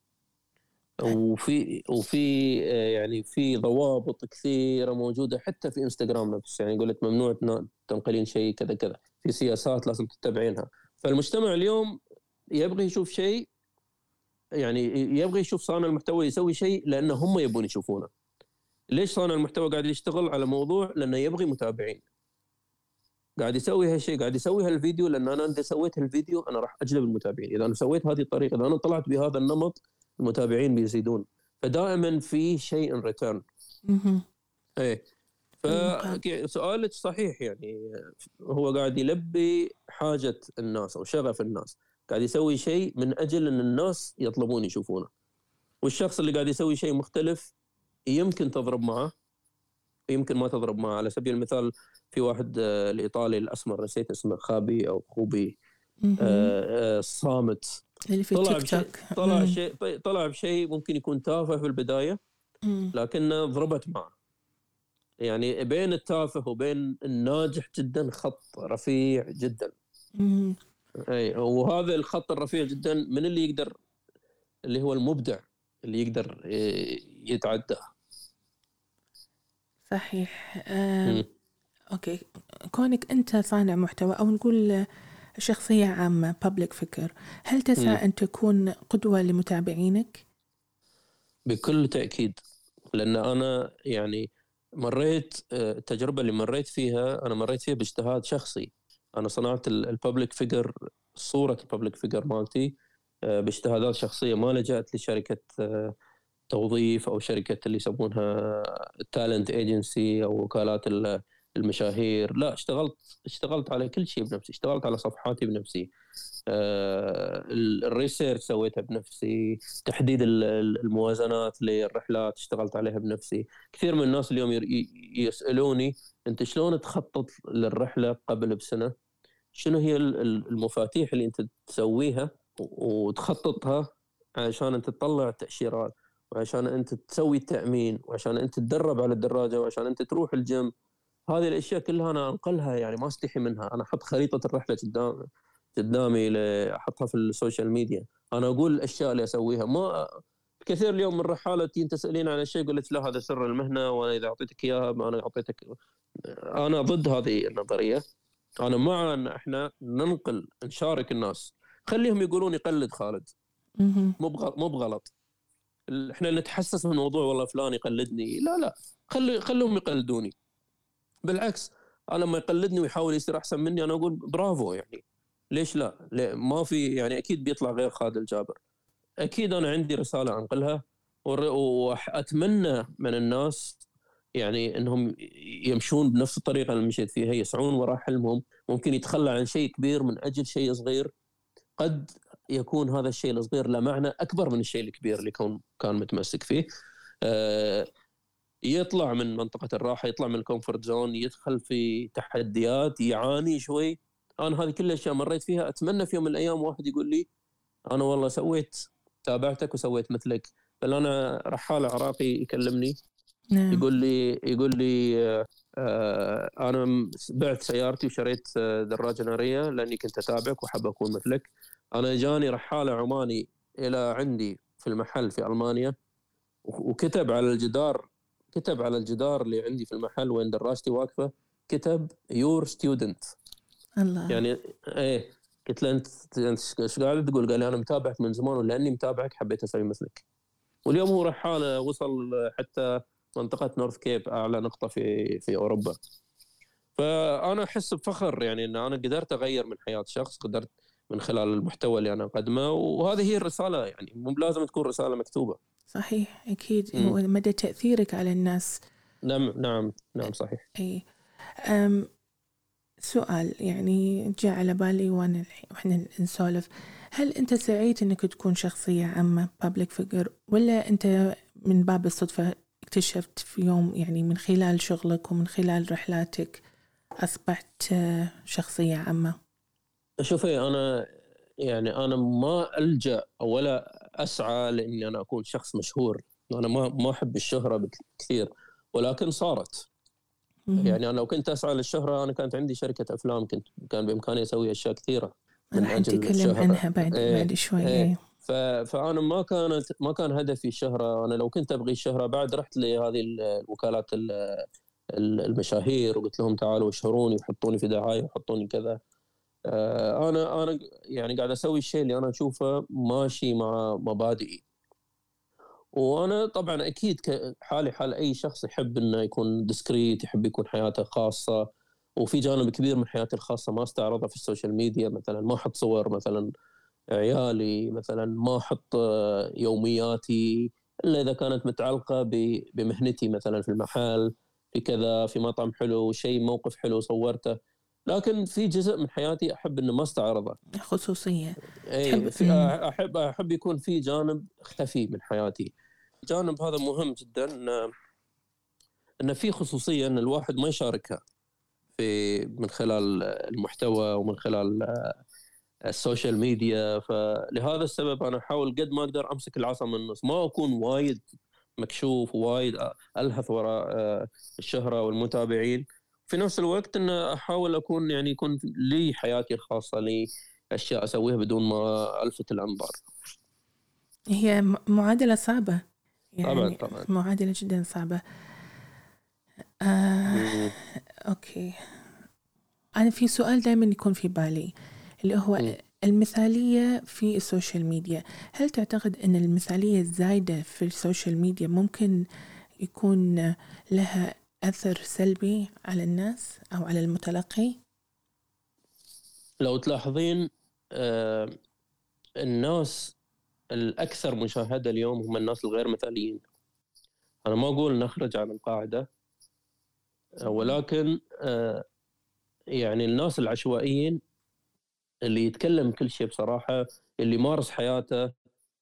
وفي يعني في ضوابط كثيرة موجودة حتى في انستغرام نفسه. يعني يقول لك ممنوع تنقلين شيء كذا كذا، في سياسات لازم تتبعينها. فالمجتمع اليوم يبغى يشوف شيء، يعني يبغى يشوف صانع المحتوى يسوي شيء لأنه هم يبون يشوفونه. ليش صانع المحتوى قاعد يشتغل على موضوع؟ لأنه يبغي متابعين. قاعد يسوي هالشيء، قاعد يسوي هالفيديو لأن أنا إذا سويت هالفيديو أنا راح أجلب المتابعين. إذا أنا سويت هذه الطريقة، إذا أنا طلعت بهذا النمط، المتابعين بيزيدون. فدائما في شيء ان ريتيرن. ايه. فسؤالك صحيح، يعني هو قاعد يلبي حاجة الناس او شغف الناس، قاعد يسوي شيء من اجل ان الناس يطلبون يشوفونه. والشخص اللي قاعد يسوي شيء مختلف يمكن تضرب معه، يمكن ما تضرب معه. على سبيل المثال في واحد الايطالي الاسمر، نسيت اسمه، خابي او خوبي، صامت، اللي في طلع تيك توك. طلع بشيء ممكن يكون تافه في البداية، لكنه ضربت معه. يعني بين التافه وبين الناجح جدا خط رفيع جدا. اي، وهذا الخط الرفيع جدا من اللي يقدر، اللي هو المبدع اللي يقدر يتعدى. صحيح. أوكي، كونك أنت صانع محتوى، أو نقول شخصية عامة public figure، هل تسعى أن تكون قدوة لمتابعينك؟ بكل تأكيد، لأن أنا يعني مريت التجربة اللي مريت فيها، أنا مريت فيها باجتهاد شخصي. أنا صنعت الببليك فيجر، صورة الببليك فيجر مالتي باجتهادات شخصية، ما لجأت لشركة توظيف أو شركة اللي يسمونها التالنت ايجنسي أو وكالات المشاهير. لا، اشتغلت على كل شيء بنفسي، اشتغلت على صفحاتي بنفسي، الريسيرش سويتها بنفسي، تحديد الموازنات للرحلات اشتغلت عليها بنفسي. كثير من الناس اليوم يسألوني أنت شلون تخطط للرحلة قبل بسنة؟ شنو هي المفاتيح اللي أنت تسويها وتخططها عشان أنت تطلع تأشيرات، وعشان أنت تسوي التأمين، وعشان أنت تدرب على الدراجة، وعشان أنت تروح الجيم. هذه الأشياء كلها أنا أنقلها، يعني ما استحي منها. أنا أحط خريطة الرحلة قدامي احطها في السوشيال ميديا. انا اقول الاشياء اللي اسويها. ما كثير اليوم من الرحاله تسالين عن الشيء، يقول لك لا هذا سر المهنه، وانا اذا اعطيتك اياها ما انا اعطيتك. انا ضد هذه النظريه. انا مع ان احنا نشارك الناس، خليهم يقولون يقلد خالد، مو بغلط. احنا نتحسس من الموضوع والله فلان يقلدني، لا خليهم يقلدوني. بالعكس، انا لما يقلدني ويحاول يصير احسن مني انا اقول برافو، يعني ليش لا؟ ما في يعني اكيد بيطلع غير خالد الجابر. اكيد انا عندي رساله انقلها، واتمنى من الناس يعني انهم يمشون بنفس الطريقه اللي مشيت فيها، يسعون وراء حلمهم. ممكن يتخلى عن شيء كبير من اجل شيء صغير، قد يكون هذا الشيء الصغير له معنى اكبر من الشيء الكبير اللي كان متمسك فيه. يطلع من منطقة الراحة، يطلع من الكومفورت زون، يدخل في تحديات، يعاني شوي. أنا هذه كل الأشياء مريت فيها. أتمنى في يوم من الأيام واحد يقول لي أنا والله تابعتك وسويت مثلك. بل أنا رحال عراقي يكلمني، نعم. يقول لي أنا بعت سيارتي وشريت دراجة نارية لأني كنت أتابعك وحب أكون مثلك. أنا جاني رحال عماني إلى عندي في المحل في ألمانيا، وكتب على الجدار اللي عندي في المحل وين دراجتي واقفة، كتب يور ستودنت. الله. يعني ايه، قلت له انت ايش قاعد تقول؟ قال لي انا متابعك من زمان، ولاني متابعك حبيت اسوي مثلك. واليوم هو رحاله وصل حتى منطقة نورث كيب، اعلى نقطة في اوروبا. فانا احس بفخر يعني ان انا قدرت اغير من حياة شخص، قدرت من خلال المحتوى اللي انا اقدمه. وهذه هي الرسالة، يعني مو لازم تكون رسالة مكتوبة. صحيح، أكيد. ومدى تأثيرك على الناس. نعم صحيح. أي. سؤال يعني جاء على بالي وإحنا نسولف، هل أنت سعيد أنك تكون شخصية عامة public figure، ولا أنت من باب الصدفة اكتشفت في يوم يعني من خلال شغلك ومن خلال رحلاتك أصبحت شخصية عامة؟ شوفي، أنا ما ألجأ ولا أسعى لأني أنا أكون شخص مشهور. أنا ما أحب الشهرة كثير، ولكن صارت. يعني أنا لو كنت أسعى للشهرة، أنا كانت عندي شركة أفلام، كان بإمكاني أسوي أشياء كثيرة من راح أجل نتكلم الشهرة. عنها بعد شوي. فأنا ما كان هدفي الشهرة. أنا لو كنت أبغي الشهرة بعد رحت لهذه الوكالات المشاهير وقلت لهم تعالوا اشهروني وحطوني في دعاية وحطوني كذا. انا يعني قاعد اسوي الشيء اللي انا اشوفه ماشي مع مبادئي. وانا طبعا اكيد حالي حال اي شخص يحب انه يكون ديسكريت، يحب يكون حياته خاصه. وفي جانب كبير من حياتي الخاصه ما استعرضها في السوشيال ميديا. مثلا ما احط صور مثلا عيالي، مثلا ما احط يومياتي الا اذا كانت متعلقه بمهنتي، مثلا في المحل، في كذا، في مطعم حلو، شيء موقف حلو صورته. لكن في جزء من حياتي احب انه ما استعرضه، خصوصية. اي احب يكون في جانب خفي من حياتي. الجانب هذا مهم جدا، ان في خصوصيه، ان الواحد ما يشاركها من خلال المحتوى ومن خلال السوشيال ميديا. فلهذا السبب انا احاول قد ما اقدر امسك العصا من النص، ما اكون وايد مكشوف ووايد الهث وراء الشهره والمتابعين. في نفس الوقت ان احاول اكون يعني يكون لي حياتي الخاصه، لي اشياء اسويها بدون ما الفت الانظار. هي معادلة صعبة، يعني طبعا معادلة جدا صعبة. أوكي، أنا في سؤال دائما يكون في بالي، اللي هو المثالية في السوشيال ميديا. هل تعتقد أن المثالية الزايدة في السوشيال ميديا ممكن يكون لها أثر سلبي على الناس أو على المتلقي؟ لو تلاحظين الناس الأكثر مشاهدة اليوم هم الناس الغير مثاليين. أنا ما أقول نخرج عن القاعدة، ولكن يعني الناس العشوائيين اللي يتكلم كل شيء بصراحة، اللي مارس حياته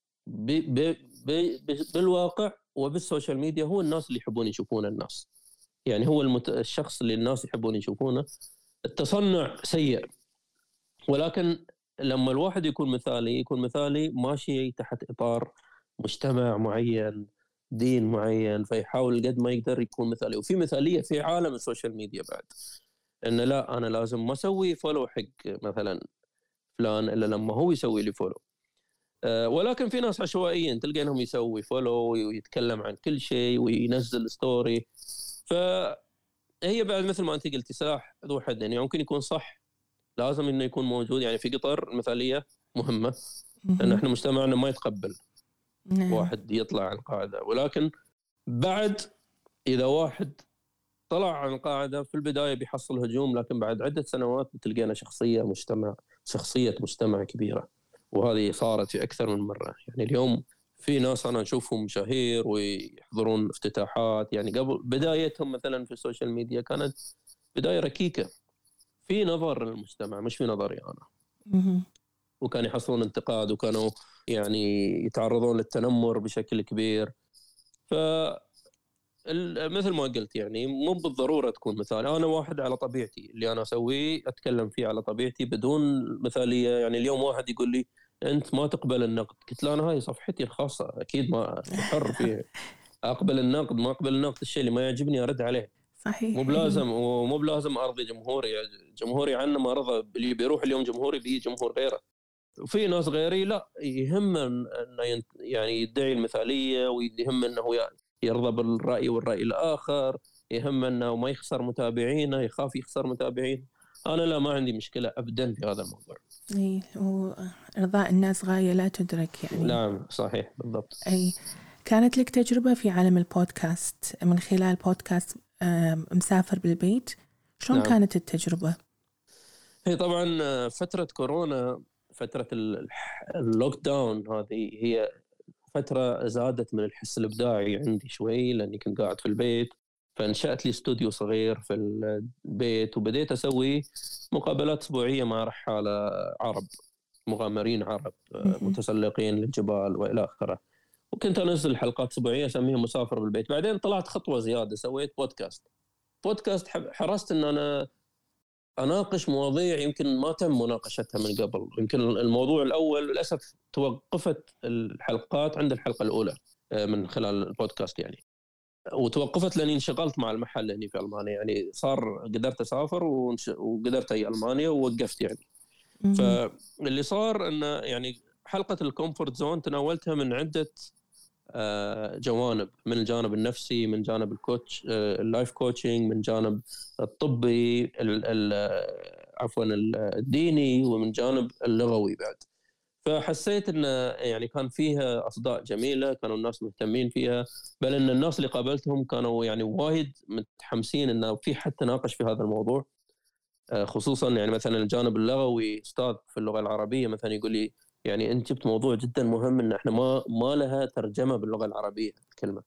بالواقع وبالسوشيال ميديا، هو الناس اللي يحبون يشوفون الناس. يعني هو الشخص اللي الناس يحبون يشوفونه. التصنع سيء، ولكن لما الواحد يكون مثالي ماشي تحت إطار مجتمع معين، دين معين، فيحاول قد ما يقدر يكون مثالي. وفي مثالية في عالم السوشيال ميديا بعد، إن لا أنا لازم ما أسوي فولو حق مثلا فلان إلا لما هو يسوي لي فولو. ولكن في ناس عشوائيين تلقى انهم يسوي فولو ويتكلم عن كل شيء وينزل ستوري. فهي بعد مثل ما انت قلتي سلاح ذو حدين. يعني ممكن يكون صح، لازم انه يكون موجود. يعني في قطر المثاليه مهمه، لان احنا مجتمعنا ما يتقبل واحد يطلع عن القاعده. ولكن بعد اذا واحد طلع عن القاعده في البدايه بيحصل هجوم، لكن بعد عده سنوات بتلقينا شخصيه مجتمع كبيره. وهذه صارت في أكثر من مرة. يعني اليوم في ناس أنا أشوفهم مشاهير ويحضرون افتتاحات. يعني قبل بدايتهم مثلا في السوشيال ميديا كانت بداية ركيكة في نظر المجتمع، مش في نظري أنا. وكان يحصلون انتقاد، وكانوا يعني يتعرضون للتنمر بشكل كبير. مثل ما قلت يعني مو بالضرورة تكون مثالي. أنا واحد على طبيعتي، اللي أنا أسويه أتكلم فيه على طبيعتي بدون مثالية. يعني اليوم واحد يقول لي أنت ما تقبل النقد، قلت له أنا هاي صفحتي الخاصة، أكيد ما حر فيه. أقبل النقد ما أقبل النقد، الشيء اللي ما يعجبني أرد عليه. صحيح. مو بلازم أرضي جمهوري. جمهوري عنه ما رضى، اللي بيروح اليوم جمهوري بيجي جمهور غيره. وفي ناس غيري لا يهم انه يعني يدعي المثاليه، ويهم انه يرضى بالراي والراي الاخر، يهم انه ما يخسر متابعينه، يخاف يخسر متابعين. انا لا، ما عندي مشكله ابدا في هذا الموضوع. اي، وارضاء الناس غايه لا تدرك يعني. نعم صحيح بالضبط. اي، كانت لك تجربه في عالم البودكاست من خلال بودكاست مسافر بالبيت، شلون نعم. كانت التجربه؟ هي طبعا فتره كورونا، فتره اللوك داون، هذه هي فترة زادت من الحس الإبداعي عندي شوي، لأني كنت قاعد في البيت. فانشأت لي استوديو صغير في البيت، وبديت أسوي مقابلات أسبوعية مع رحالة عرب، مغامرين عرب متسلقين للجبال وإلى آخره. وكنت أنزل حلقات أسبوعية أسميها مسافر بالبيت. بعدين طلعت خطوة زيادة، سويت بودكاست. حرصت أن أنا أناقش مواضيع يمكن ما تم مناقشتها من قبل. يمكن الموضوع الأول للأسف توقفت الحلقات عند الحلقة الأولى من خلال البودكاست يعني، وتوقفت لأني انشغلت مع المحل هنا في ألمانيا. يعني قدرت أسافر وقدرت أي ألمانيا ووقفت يعني. فاللي صار أنه يعني حلقة الكومفورت زون تناولتها من عدة جوانب، من الجانب النفسي، من جانب الكوتش اللايف كوتشنج، من جانب الطبي، عفوا الديني، ومن جانب اللغوي بعد. فحسيت ان يعني كان فيها اصداء جميله، كانوا الناس مهتمين فيها، بل ان الناس اللي قابلتهم كانوا يعني وايد متحمسين انه في حد تناقش في هذا الموضوع. خصوصا يعني مثلا الجانب اللغوي، استاذ في اللغه العربيه مثلا يقول لي يعني انت جبت موضوع جدا مهم، ان احنا ما لها ترجمه باللغه العربيه. كلمه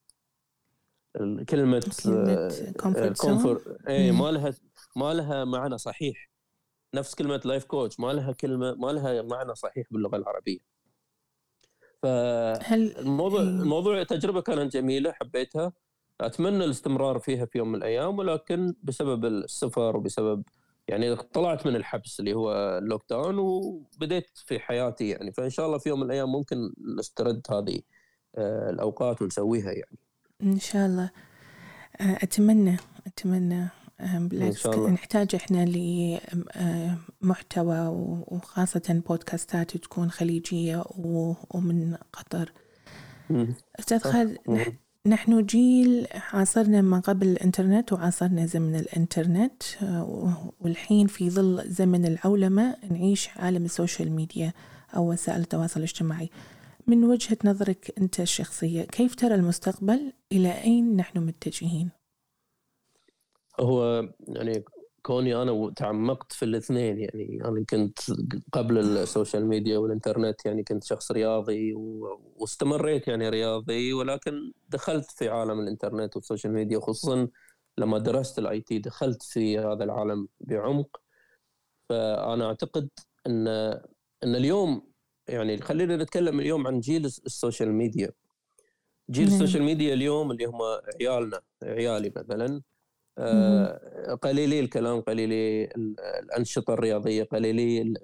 كومفورت ما لها معنى صحيح. نفس كلمه لايف كوتش ما لها معنى صحيح باللغه العربيه. فالموضوع تجربه كانت جميله، حبيتها، اتمنى الاستمرار فيها في يوم من الايام. ولكن بسبب السفر وبسبب يعني طلعت من الحبس اللي هو اللوك داون وبديت في حياتي يعني. فان شاء الله في يوم من الايام ممكن نسترد هذه الاوقات ونسويها يعني. ان شاء الله. اتمنى بالعكس نحتاج احنا لمحتوى، وخاصة بودكاستات تكون خليجية ومن قطر. أستاذ خالد، نحن جيل عاصرنا ما قبل الإنترنت وعاصرنا زمن الإنترنت، والحين في ظل زمن العولمة نعيش عالم السوشيال ميديا أو وسائل التواصل الاجتماعي. من وجهة نظرك أنت الشخصية، كيف ترى المستقبل؟ إلى أين نحن متجهين؟ هو يعني كوني أنا تعمقت في الاثنين، يعني أنا كنت قبل السوشيال ميديا والإنترنت يعني كنت شخص رياضي واستمريت يعني رياضي، ولكن دخلت في عالم الإنترنت والسوشيال ميديا، خصوصا لما درست الآي تي دخلت في هذا العالم بعمق. فأنا أعتقد أن اليوم يعني خلينا نتكلم اليوم عن جيل السوشيال ميديا. جيل السوشيال ميديا اليوم اللي هم عيالنا، عيالي مثلا، قليلي الكلام، قليلي الأنشطة الرياضية، قليلي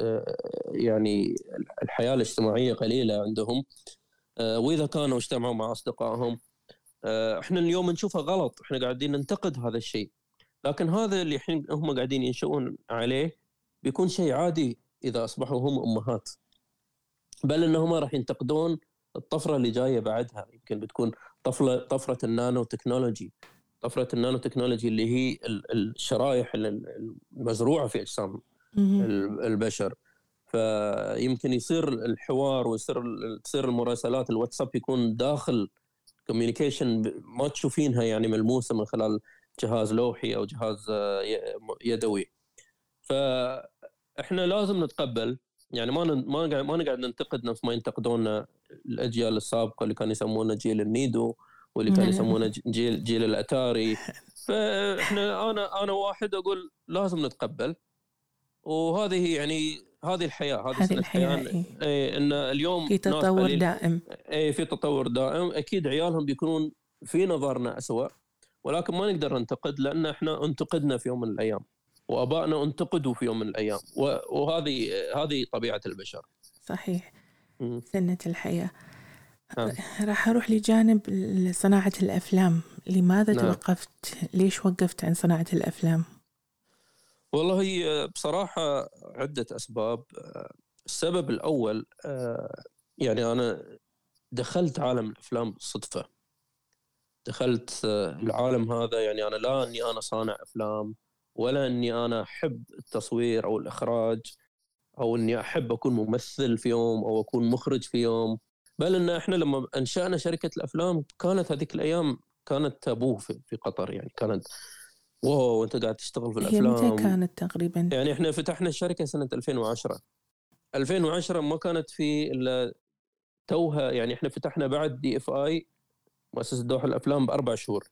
يعني الحياة الاجتماعية قليلة عندهم، وإذا كانوا اجتمعوا مع أصدقائهم احنا اليوم نشوفها غلط، احنا قاعدين ننتقد هذا الشيء، لكن هذا اللي الحين هم قاعدين ينشؤون عليه بيكون شيء عادي إذا أصبحوا هم أمهات، بل أنهم راح ينتقدون الطفرة اللي جاية بعدها، يمكن بتكون طفرة النانو تكنولوجي. طفرة النانو تكنولوجي اللي هي الشرائح المزروعة في أجسام البشر. فيمكن يصير الحوار تصير المراسلات الواتساب يكون داخل كوميونيكيشن ما تشوفينها يعني ملموسة من خلال جهاز لوحي أو جهاز يدوي. فإحنا لازم نتقبل، يعني ما نقعد ننتقد نفس ما ينتقدون الأجيال السابقة اللي كانوا يسمونه جيل النيدو واللي كانوا يسمونه جيل الأتاري. فإحنا أنا واحد أقول لازم نتقبل، وهذه يعني هذه الحياة، هذه الحياة إن اليوم في تطور دائم. في تطور دائم. أكيد عيالهم بيكونون في نظرنا أسوأ، ولكن ما نقدر ننتقد، لأن إحنا انتقدنا في يوم من الأيام، وآبائنا انتقدوا في يوم من الأيام، وهذه طبيعة البشر. صحيح. سنة الحياة. راح أروح لجانب صناعة الأفلام. لماذا توقفت؟ ليش وقفت عن صناعة الأفلام؟ والله بصراحة عدة أسباب. السبب الأول يعني أنا دخلت عالم الأفلام صدفة. دخلت العالم هذا، يعني أنا لا أني أنا صانع أفلام، ولا أني أنا أحب التصوير أو الإخراج، أو أني أحب أكون ممثل في يوم أو أكون مخرج في يوم، بل أن إحنا لما أنشأنا شركة الأفلام كانت هذيك الأيام كانت تابوه في قطر، يعني كانت واو أنت قاعد تشتغل في الأفلام. هي متى كانت تقريبا؟ يعني إحنا فتحنا الشركة سنة 2010 ما كانت في إلا توها، يعني إحنا فتحنا بعد DFI مؤسسة دوحة الأفلام ب4 شهور.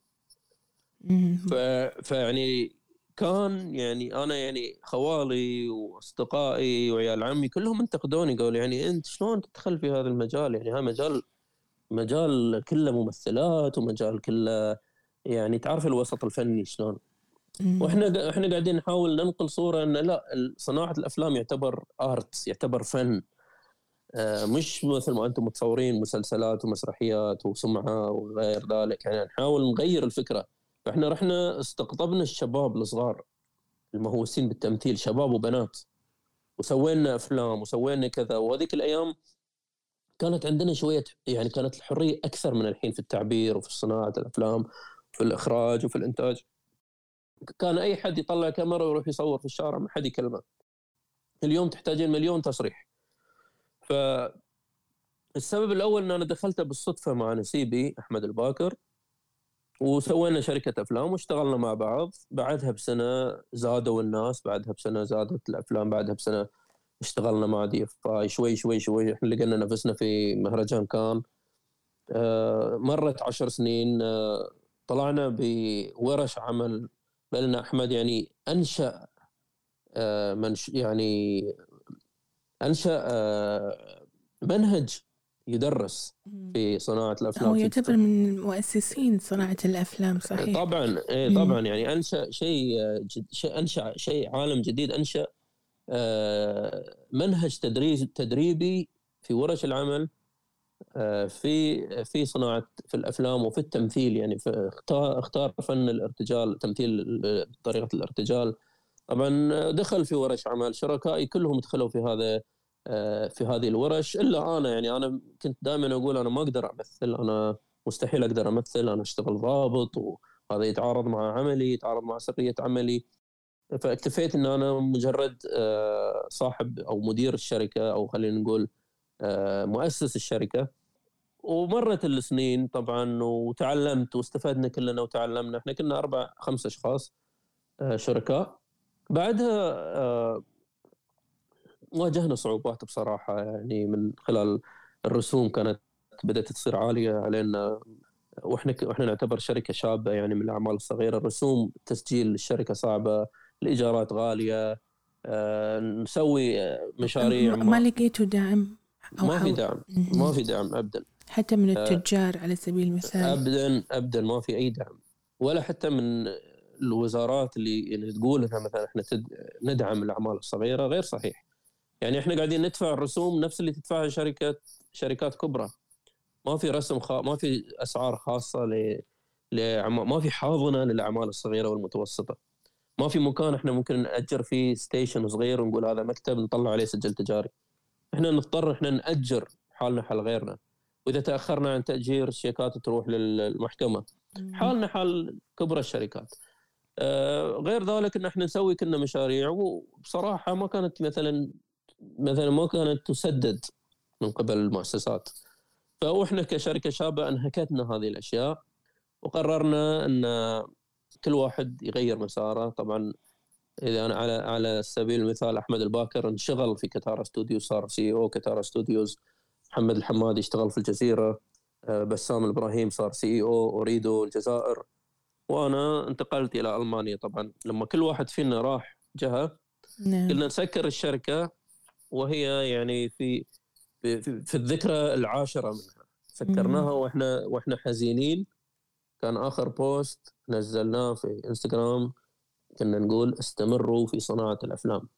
فيعني كان يعني أنا يعني خوالي وأصدقائي وعيال عمي كلهم انتقدوني، قالوا يعني أنت شلون تدخل في هذا المجال؟ يعني هذا مجال كله ممثلات، ومجال كله يعني تعرف الوسط الفني شلون. واحنا قاعدين نحاول ننقل صورة أن لا، صناعة الأفلام يعتبر آرت، يعتبر فن، مش مثل ما أنتم متصورين مسلسلات ومسرحيات وسمعة وغير ذلك. يعني نحاول نغير الفكرة. فإحنا رحنا استقطبنا الشباب الصغار المهووسين بالتمثيل، شباب وبنات، وسوينا أفلام وسوينا كذا. وهذيك الأيام كانت عندنا شوية، يعني كانت الحرية أكثر من الحين في التعبير وفي صناعة الأفلام، في الإخراج وفي الإنتاج. كان أي حد يطلع كاميرا ويروح يصور في الشارع ما حد يكلمه. اليوم تحتاجين مليون تصريح. فالسبب الأول أن أنا دخلت بالصدفة مع نسيبي أحمد الباكر، وسوينا شركة أفلام واشتغلنا مع بعض. بعدها بسنة زادوا الناس، بعدها بسنة زادت الأفلام، بعدها بسنة اشتغلنا مع DFI شوي شوي شوي. احنا لقينا نفسنا في مهرجان كان. مرت 10 سنين، طلعنا بورش عمل. بل أحمد يعني أنشأ يعني أنشأ منهج يدرس في صناعة الأفلام. هو يعتبر من مؤسسين صناعة الأفلام. صحيح. طبعا طبعا يعني أنشأ أنشأ شيء عالم جديد. أنشأ منهج تدريبي في ورش العمل، في صناعة في الأفلام وفي التمثيل. يعني اختار فن الارتجال، تمثيل بطريقة الارتجال. طبعا دخل في ورش عمل، شركائي كلهم دخلوا في هذه الورش إلا أنا. يعني أنا كنت دائما أقول أنا ما أقدر أمثل، أنا مستحيل اقدر امثل، انا اشتغل ضابط وهذا يتعارض مع عملي، يتعارض مع سريه عملي. فاكتفيت ان انا مجرد صاحب او مدير الشركه، او خلينا نقول مؤسس الشركه. ومرت السنين طبعا وتعلمت واستفدنا كلنا وتعلمنا. احنا كنا 4-5 اشخاص شركاء. بعدها واجهنا صعوبات بصراحه، يعني من خلال الرسوم كانت بدأت تصير عاليه علينا، واحنا نعتبر شركه شابه يعني من الاعمال الصغيره. الرسوم تسجيل الشركه صعبه، الايجارات غاليه، نسوي مشاريع ما لقيتوا دعم أو ما في دعم. ما في دعم ابدا، حتى من التجار على سبيل المثال؟ ابدا ما في اي دعم، ولا حتى من الوزارات اللي تقول انها مثلا احنا ندعم الاعمال الصغيره. غير صحيح. يعني احنا قاعدين ندفع الرسوم نفس اللي تدفعها شركات كبرى. ما في رسم ما في اسعار خاصه ما في حاضنه للاعمال الصغيره والمتوسطه. ما في مكان احنا ممكن نأجر فيه ستيشن صغير ونقول هذا مكتب نطلع عليه سجل تجاري. احنا نضطر احنا نأجر حالنا حال غيرنا، واذا تاخرنا عن تأجير الشيكات تروح للمحكمه. حالنا حال كبرى الشركات. غير ذلك ان احنا نسوي كنا مشاريع، وبصراحه ما كانت مثلا ما كانت تسدد من قبل المؤسسات. فاحنا كشركه شابه انهكتنا هذه الاشياء، وقررنا ان كل واحد يغير مساره. طبعا اذا انا على سبيل المثال احمد الباكر انشغل في كتارا ستوديو، صار سي او كتارا ستوديوز. محمد الحمادي اشتغل في الجزيره. بسام الابراهيم صار سي او اوريدو الجزائر. وانا انتقلت الى المانيا. طبعا لما كل واحد فينا راح جهه قلنا نسكر الشركه، وهي يعني في الذكرى العاشرة منها سكرناها واحنا حزينين. كان آخر بوست نزلناه في انستغرام كنا نقول استمروا في صناعة الأفلام.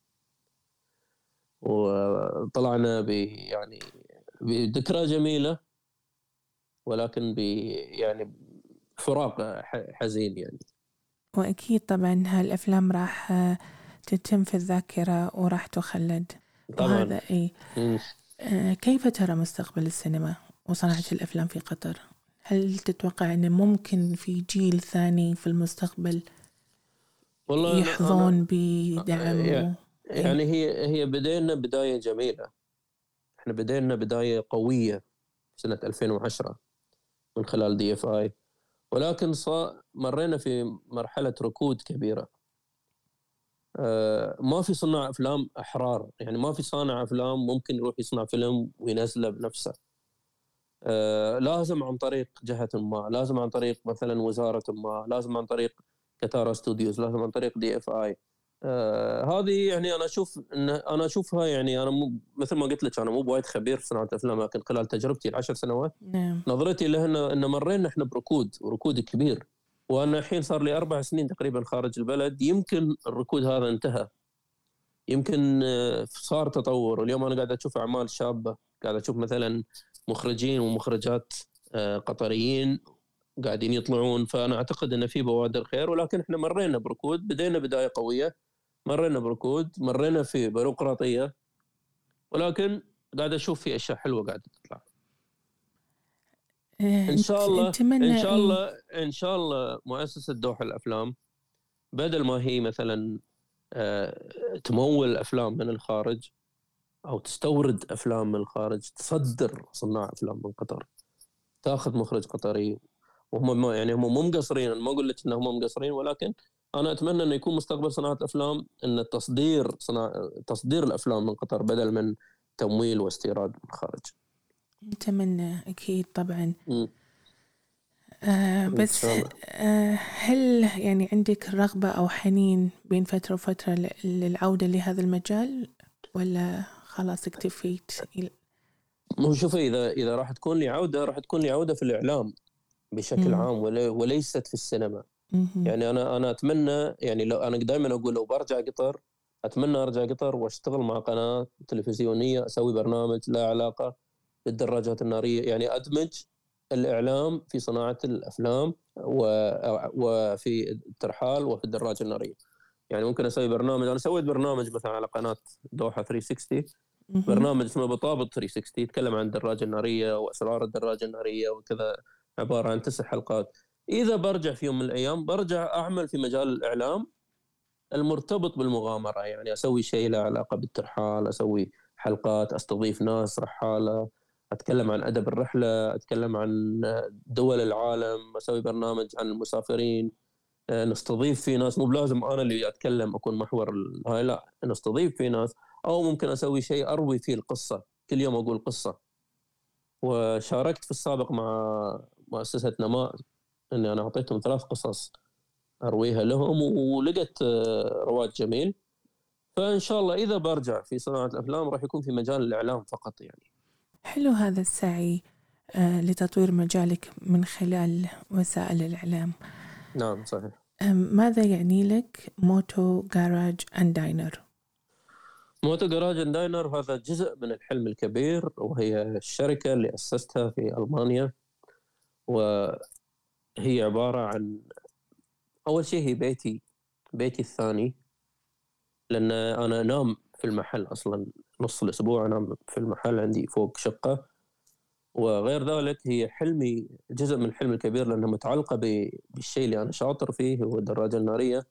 وطلعنا يعني بذكرى جميلة، ولكن يعني فراق حزين يعني. وأكيد طبعا هالأفلام راح تتم في الذاكرة وراح تخلد طبعا. وهذا كيف ترى مستقبل السينما وصناعة الأفلام في قطر؟ هل تتوقع أن ممكن في جيل ثاني في المستقبل والله يحظون بدعم؟ يعني هي بدينا بداية جميلة. احنا بدينا بداية قوية سنة 2010 من خلال DFI، ولكن مرينا في مرحلة ركود كبيرة. ما في صناع أفلام أحرار، يعني ما في صانع أفلام ممكن يروح يصنع فيلم وينزله بنفسه. لازم عن طريق جهة ما، لازم عن طريق مثلا وزارة ما، لازم عن طريق كتارا ستوديوز، لازم عن طريق DFI. هذه يعني أنا أشوفها يعني أنا مثل ما قلت لك أنا مو بوايد خبير في صناعة الأفلام، لكن خلال تجربتي 10 سنوات نظرتي له إن مرينا إحنا بركود كبير. وأنا الحين صار لي 4 سنين تقريبا خارج البلد، يمكن الركود هذا انتهى، يمكن صار تطور. واليوم أنا قاعد أشوف أعمال شابة، قاعد أشوف مثلا مخرجين ومخرجات قطريين قاعدين يطلعون. فأنا أعتقد أن في بوادر خير، ولكن إحنا مرينا بركود. بدينا بداية قوية، مرينا بركود، مرينا في بيروقراطية، ولكن قاعد أشوف في أشياء حلوة قاعدة تطلع. إن شاء الله إن شاء الله مؤسسة دوحة الأفلام بدل ما هي مثلا تمول أفلام من الخارج أو تستورد أفلام من الخارج، تصدر صناع أفلام من قطر، تأخذ مخرج قطري. وهم يعني هم مو مقصرين، ما أقول لك إنهم مقصرين، ولكن أنا أتمنى إنه يكون مستقبل صناعة أفلام إن تصدير الأفلام من قطر بدل من تمويل واستيراد من الخارج. أتمنى أكيد طبعا. بس هل يعني عندك رغبة أو حنين بين فترة وفترة للعودة لهذا المجال، ولا خلاص اكتفيت؟ شوفي، إذا راح تكون لي عودة، راح تكون لي عودة في الإعلام بشكل عام، وليست في السينما. يعني أنا أتمنى، يعني لو أنا دائما أقول لو برجع قطر أتمنى أرجع قطر وأشتغل مع قناة تلفزيونية، أسوي برنامج لا علاقة بالدراجات النارية، يعني أدمج الإعلام في صناعة الأفلام وفي الترحال وفي الدراجة النارية. يعني ممكن أسوي برنامج. أنا سويت برنامج مثلا على قناة دوحة 360، برنامج اسمه بطابط 360، يتكلم عن الدراجة النارية وأسرار الدراجة النارية وكذا. عبارة عن 9 حلقات. إذا برجع في يوم من الأيام برجع أعمل في مجال الإعلام المرتبط بالمغامرة، يعني أسوي شيء له علاقة بالترحال، أسوي حلقات، أستضيف ناس رحالة، أتكلم عن أدب الرحلة، أتكلم عن دول العالم، أسوي برنامج عن المسافرين، نستضيف في ناس، مو بلازم أنا اللي أتكلم أكون محور هاي، لا نستضيف في ناس. أو ممكن أسوي شيء أروي فيه القصة، كل يوم أقول قصة. وشاركت في السابق مع مؤسسة نماء أني أنا أعطيتهم 3 قصص أرويها لهم، ولقت رواج جميل. فإن شاء الله إذا برجع في صناعة الأفلام راح يكون في مجال الإعلام فقط يعني. حلو هذا السعي لتطوير مجالك من خلال وسائل الإعلام. نعم صحيح. ماذا يعني لك موتو جاراج أند داينر؟ موتو جاراج أند داينر هذا جزء من الحلم الكبير، وهي الشركة اللي أسستها في ألمانيا، وهي عبارة عن أول شيء هي بيتي الثاني، لأن أنا أنام في المحل أصلا نص الأسبوع، أنام في المحل عندي فوق شقة. وغير ذلك هي حلمي، جزء من الحلم الكبير، لأنها متعلقة بالشيء اللي أنا شاطر فيه، هو الدراجة النارية.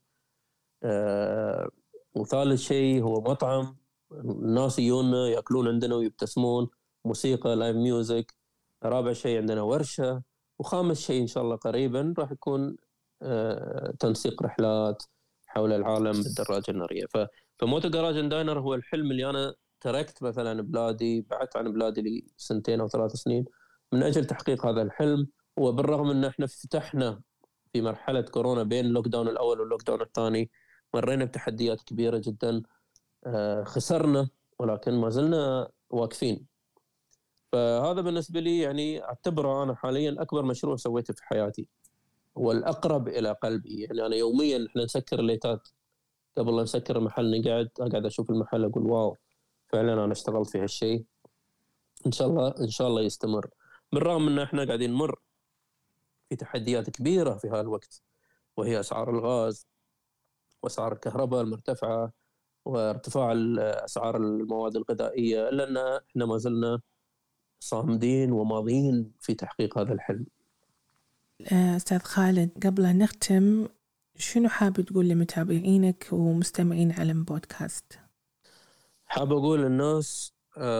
وثالث شيء هو مطعم، الناس يجونا يأكلون عندنا ويبتسمون، موسيقى لايف ميوزك. رابع شيء عندنا ورشة. وخامس شيء إن شاء الله قريبا راح يكون تنسيق رحلات حول العالم بالدراجة النارية. فموتو جراج اند داينر هو الحلم اللي أنا تركت مثلا بلادي، بعدت عن بلادي لي 2 أو 3 سنين من أجل تحقيق هذا الحلم. وبالرغم أن احنا فتحنا في مرحلة كورونا بين اللوك داون الأول واللوك داون الثاني، مرينا بتحديات كبيرة جدا، خسرنا، ولكن ما زلنا واقفين. فهذا بالنسبة لي يعني أعتبره أنا حاليا أكبر مشروع سويته في حياتي، والأقرب إلى قلبي. يعني أنا يوميا إحنا نسكر الليتات قبل لا نسكر المحل، أقعد أشوف المحل أقول واو فعلا أنا اشتغلت في هالشيء، إن شاء الله يستمر. بالرغم أن إحنا قاعدين نمر في تحديات كبيرة في هذا الوقت، وهي أسعار الغاز وأسعار الكهرباء المرتفعة وارتفاع أسعار المواد الغذائية، إلا أن إحنا ما زلنا صامدين وماضيين في تحقيق هذا الحلم. أستاذ خالد، قبل أن نختم شنو حاب تقول لمتابعينك ومستمعين علم بودكاست؟ حاب أقول للناس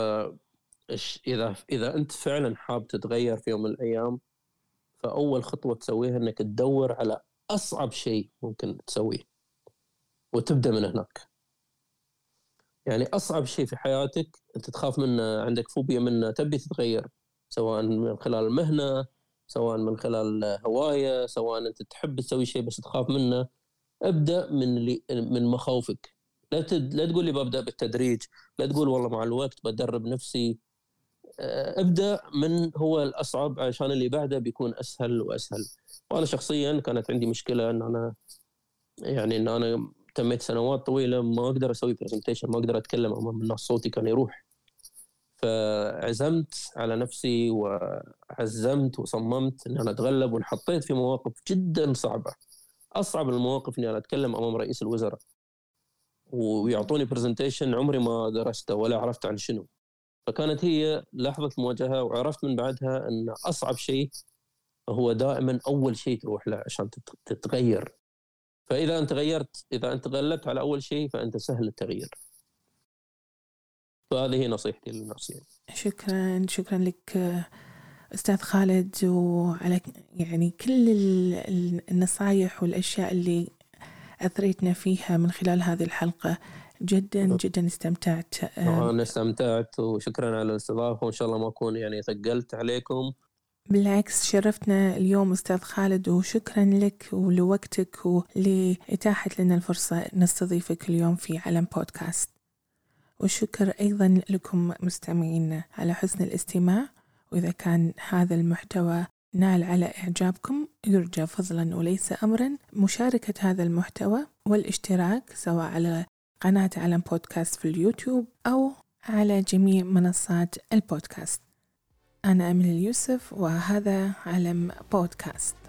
إذا أنت فعلا حاب تتغير في يوم من الأيام، فأول خطوة تسويها أنك تدور على أصعب شيء ممكن تسويه وتبدأ من هناك. يعني أصعب شيء في حياتك أنت تخاف منه، عندك فوبيا منه، تبي تتغير، سواء من خلال المهنة، سواء من خلال هواية، سواء أنت تحب تسوي شيء بس تخاف منه. ابدأ من مخاوفك. لا تقول لي ببدأ بالتدريج، لا تقول والله مع الوقت بدرب نفسي. ابدأ من هو الأصعب عشان اللي بعده بيكون أسهل وأسهل. وأنا شخصيا كانت عندي مشكلة أن أنا تميت سنوات طويلة ما أقدر أسوي برزنتيشن، ما أقدر أتكلم أمام الناس، صوتي كان يروح. فعزمت على نفسي وعزمت وصممت أن أنا أتغلب، وانحطيت في مواقف جدا صعبة. أصعب المواقف أني أنا أتكلم أمام رئيس الوزراء ويعطوني برزنتيشن عمري ما درسته ولا عرفت عن شنو. فكانت هي لحظة المواجهة، وعرفت من بعدها أن أصعب شيء هو دائما أول شيء تروح له عشان تتغير. فإذا أنت غيرت، إذا أنت غلبت على أول شيء فأنت سهل التغيير. فهذه نصيحتي للناس يعني. شكرا لك أستاذ خالد، وعلى يعني كل النصايح والأشياء اللي أثريتنا فيها من خلال هذه الحلقة. جدا استمتعت. أنا استمتعت، وشكرا على الاستضافة، وإن شاء الله ما أكون يعني ثقلت عليكم. بالعكس، شرفتنا اليوم أستاذ خالد، وشكرا لك ولوقتك ولإتاحة لنا الفرصة نستضيفك اليوم في علم بودكاست. والشكر أيضا لكم مستمعينا على حسن الاستماع. وإذا كان هذا المحتوى نال على إعجابكم، يرجى فضلا وليس أمرا مشاركة هذا المحتوى والاشتراك سواء على قناة علم بودكاست في اليوتيوب أو على جميع منصات البودكاست. أنا أمل اليوسف، وهذا علم بودكاست.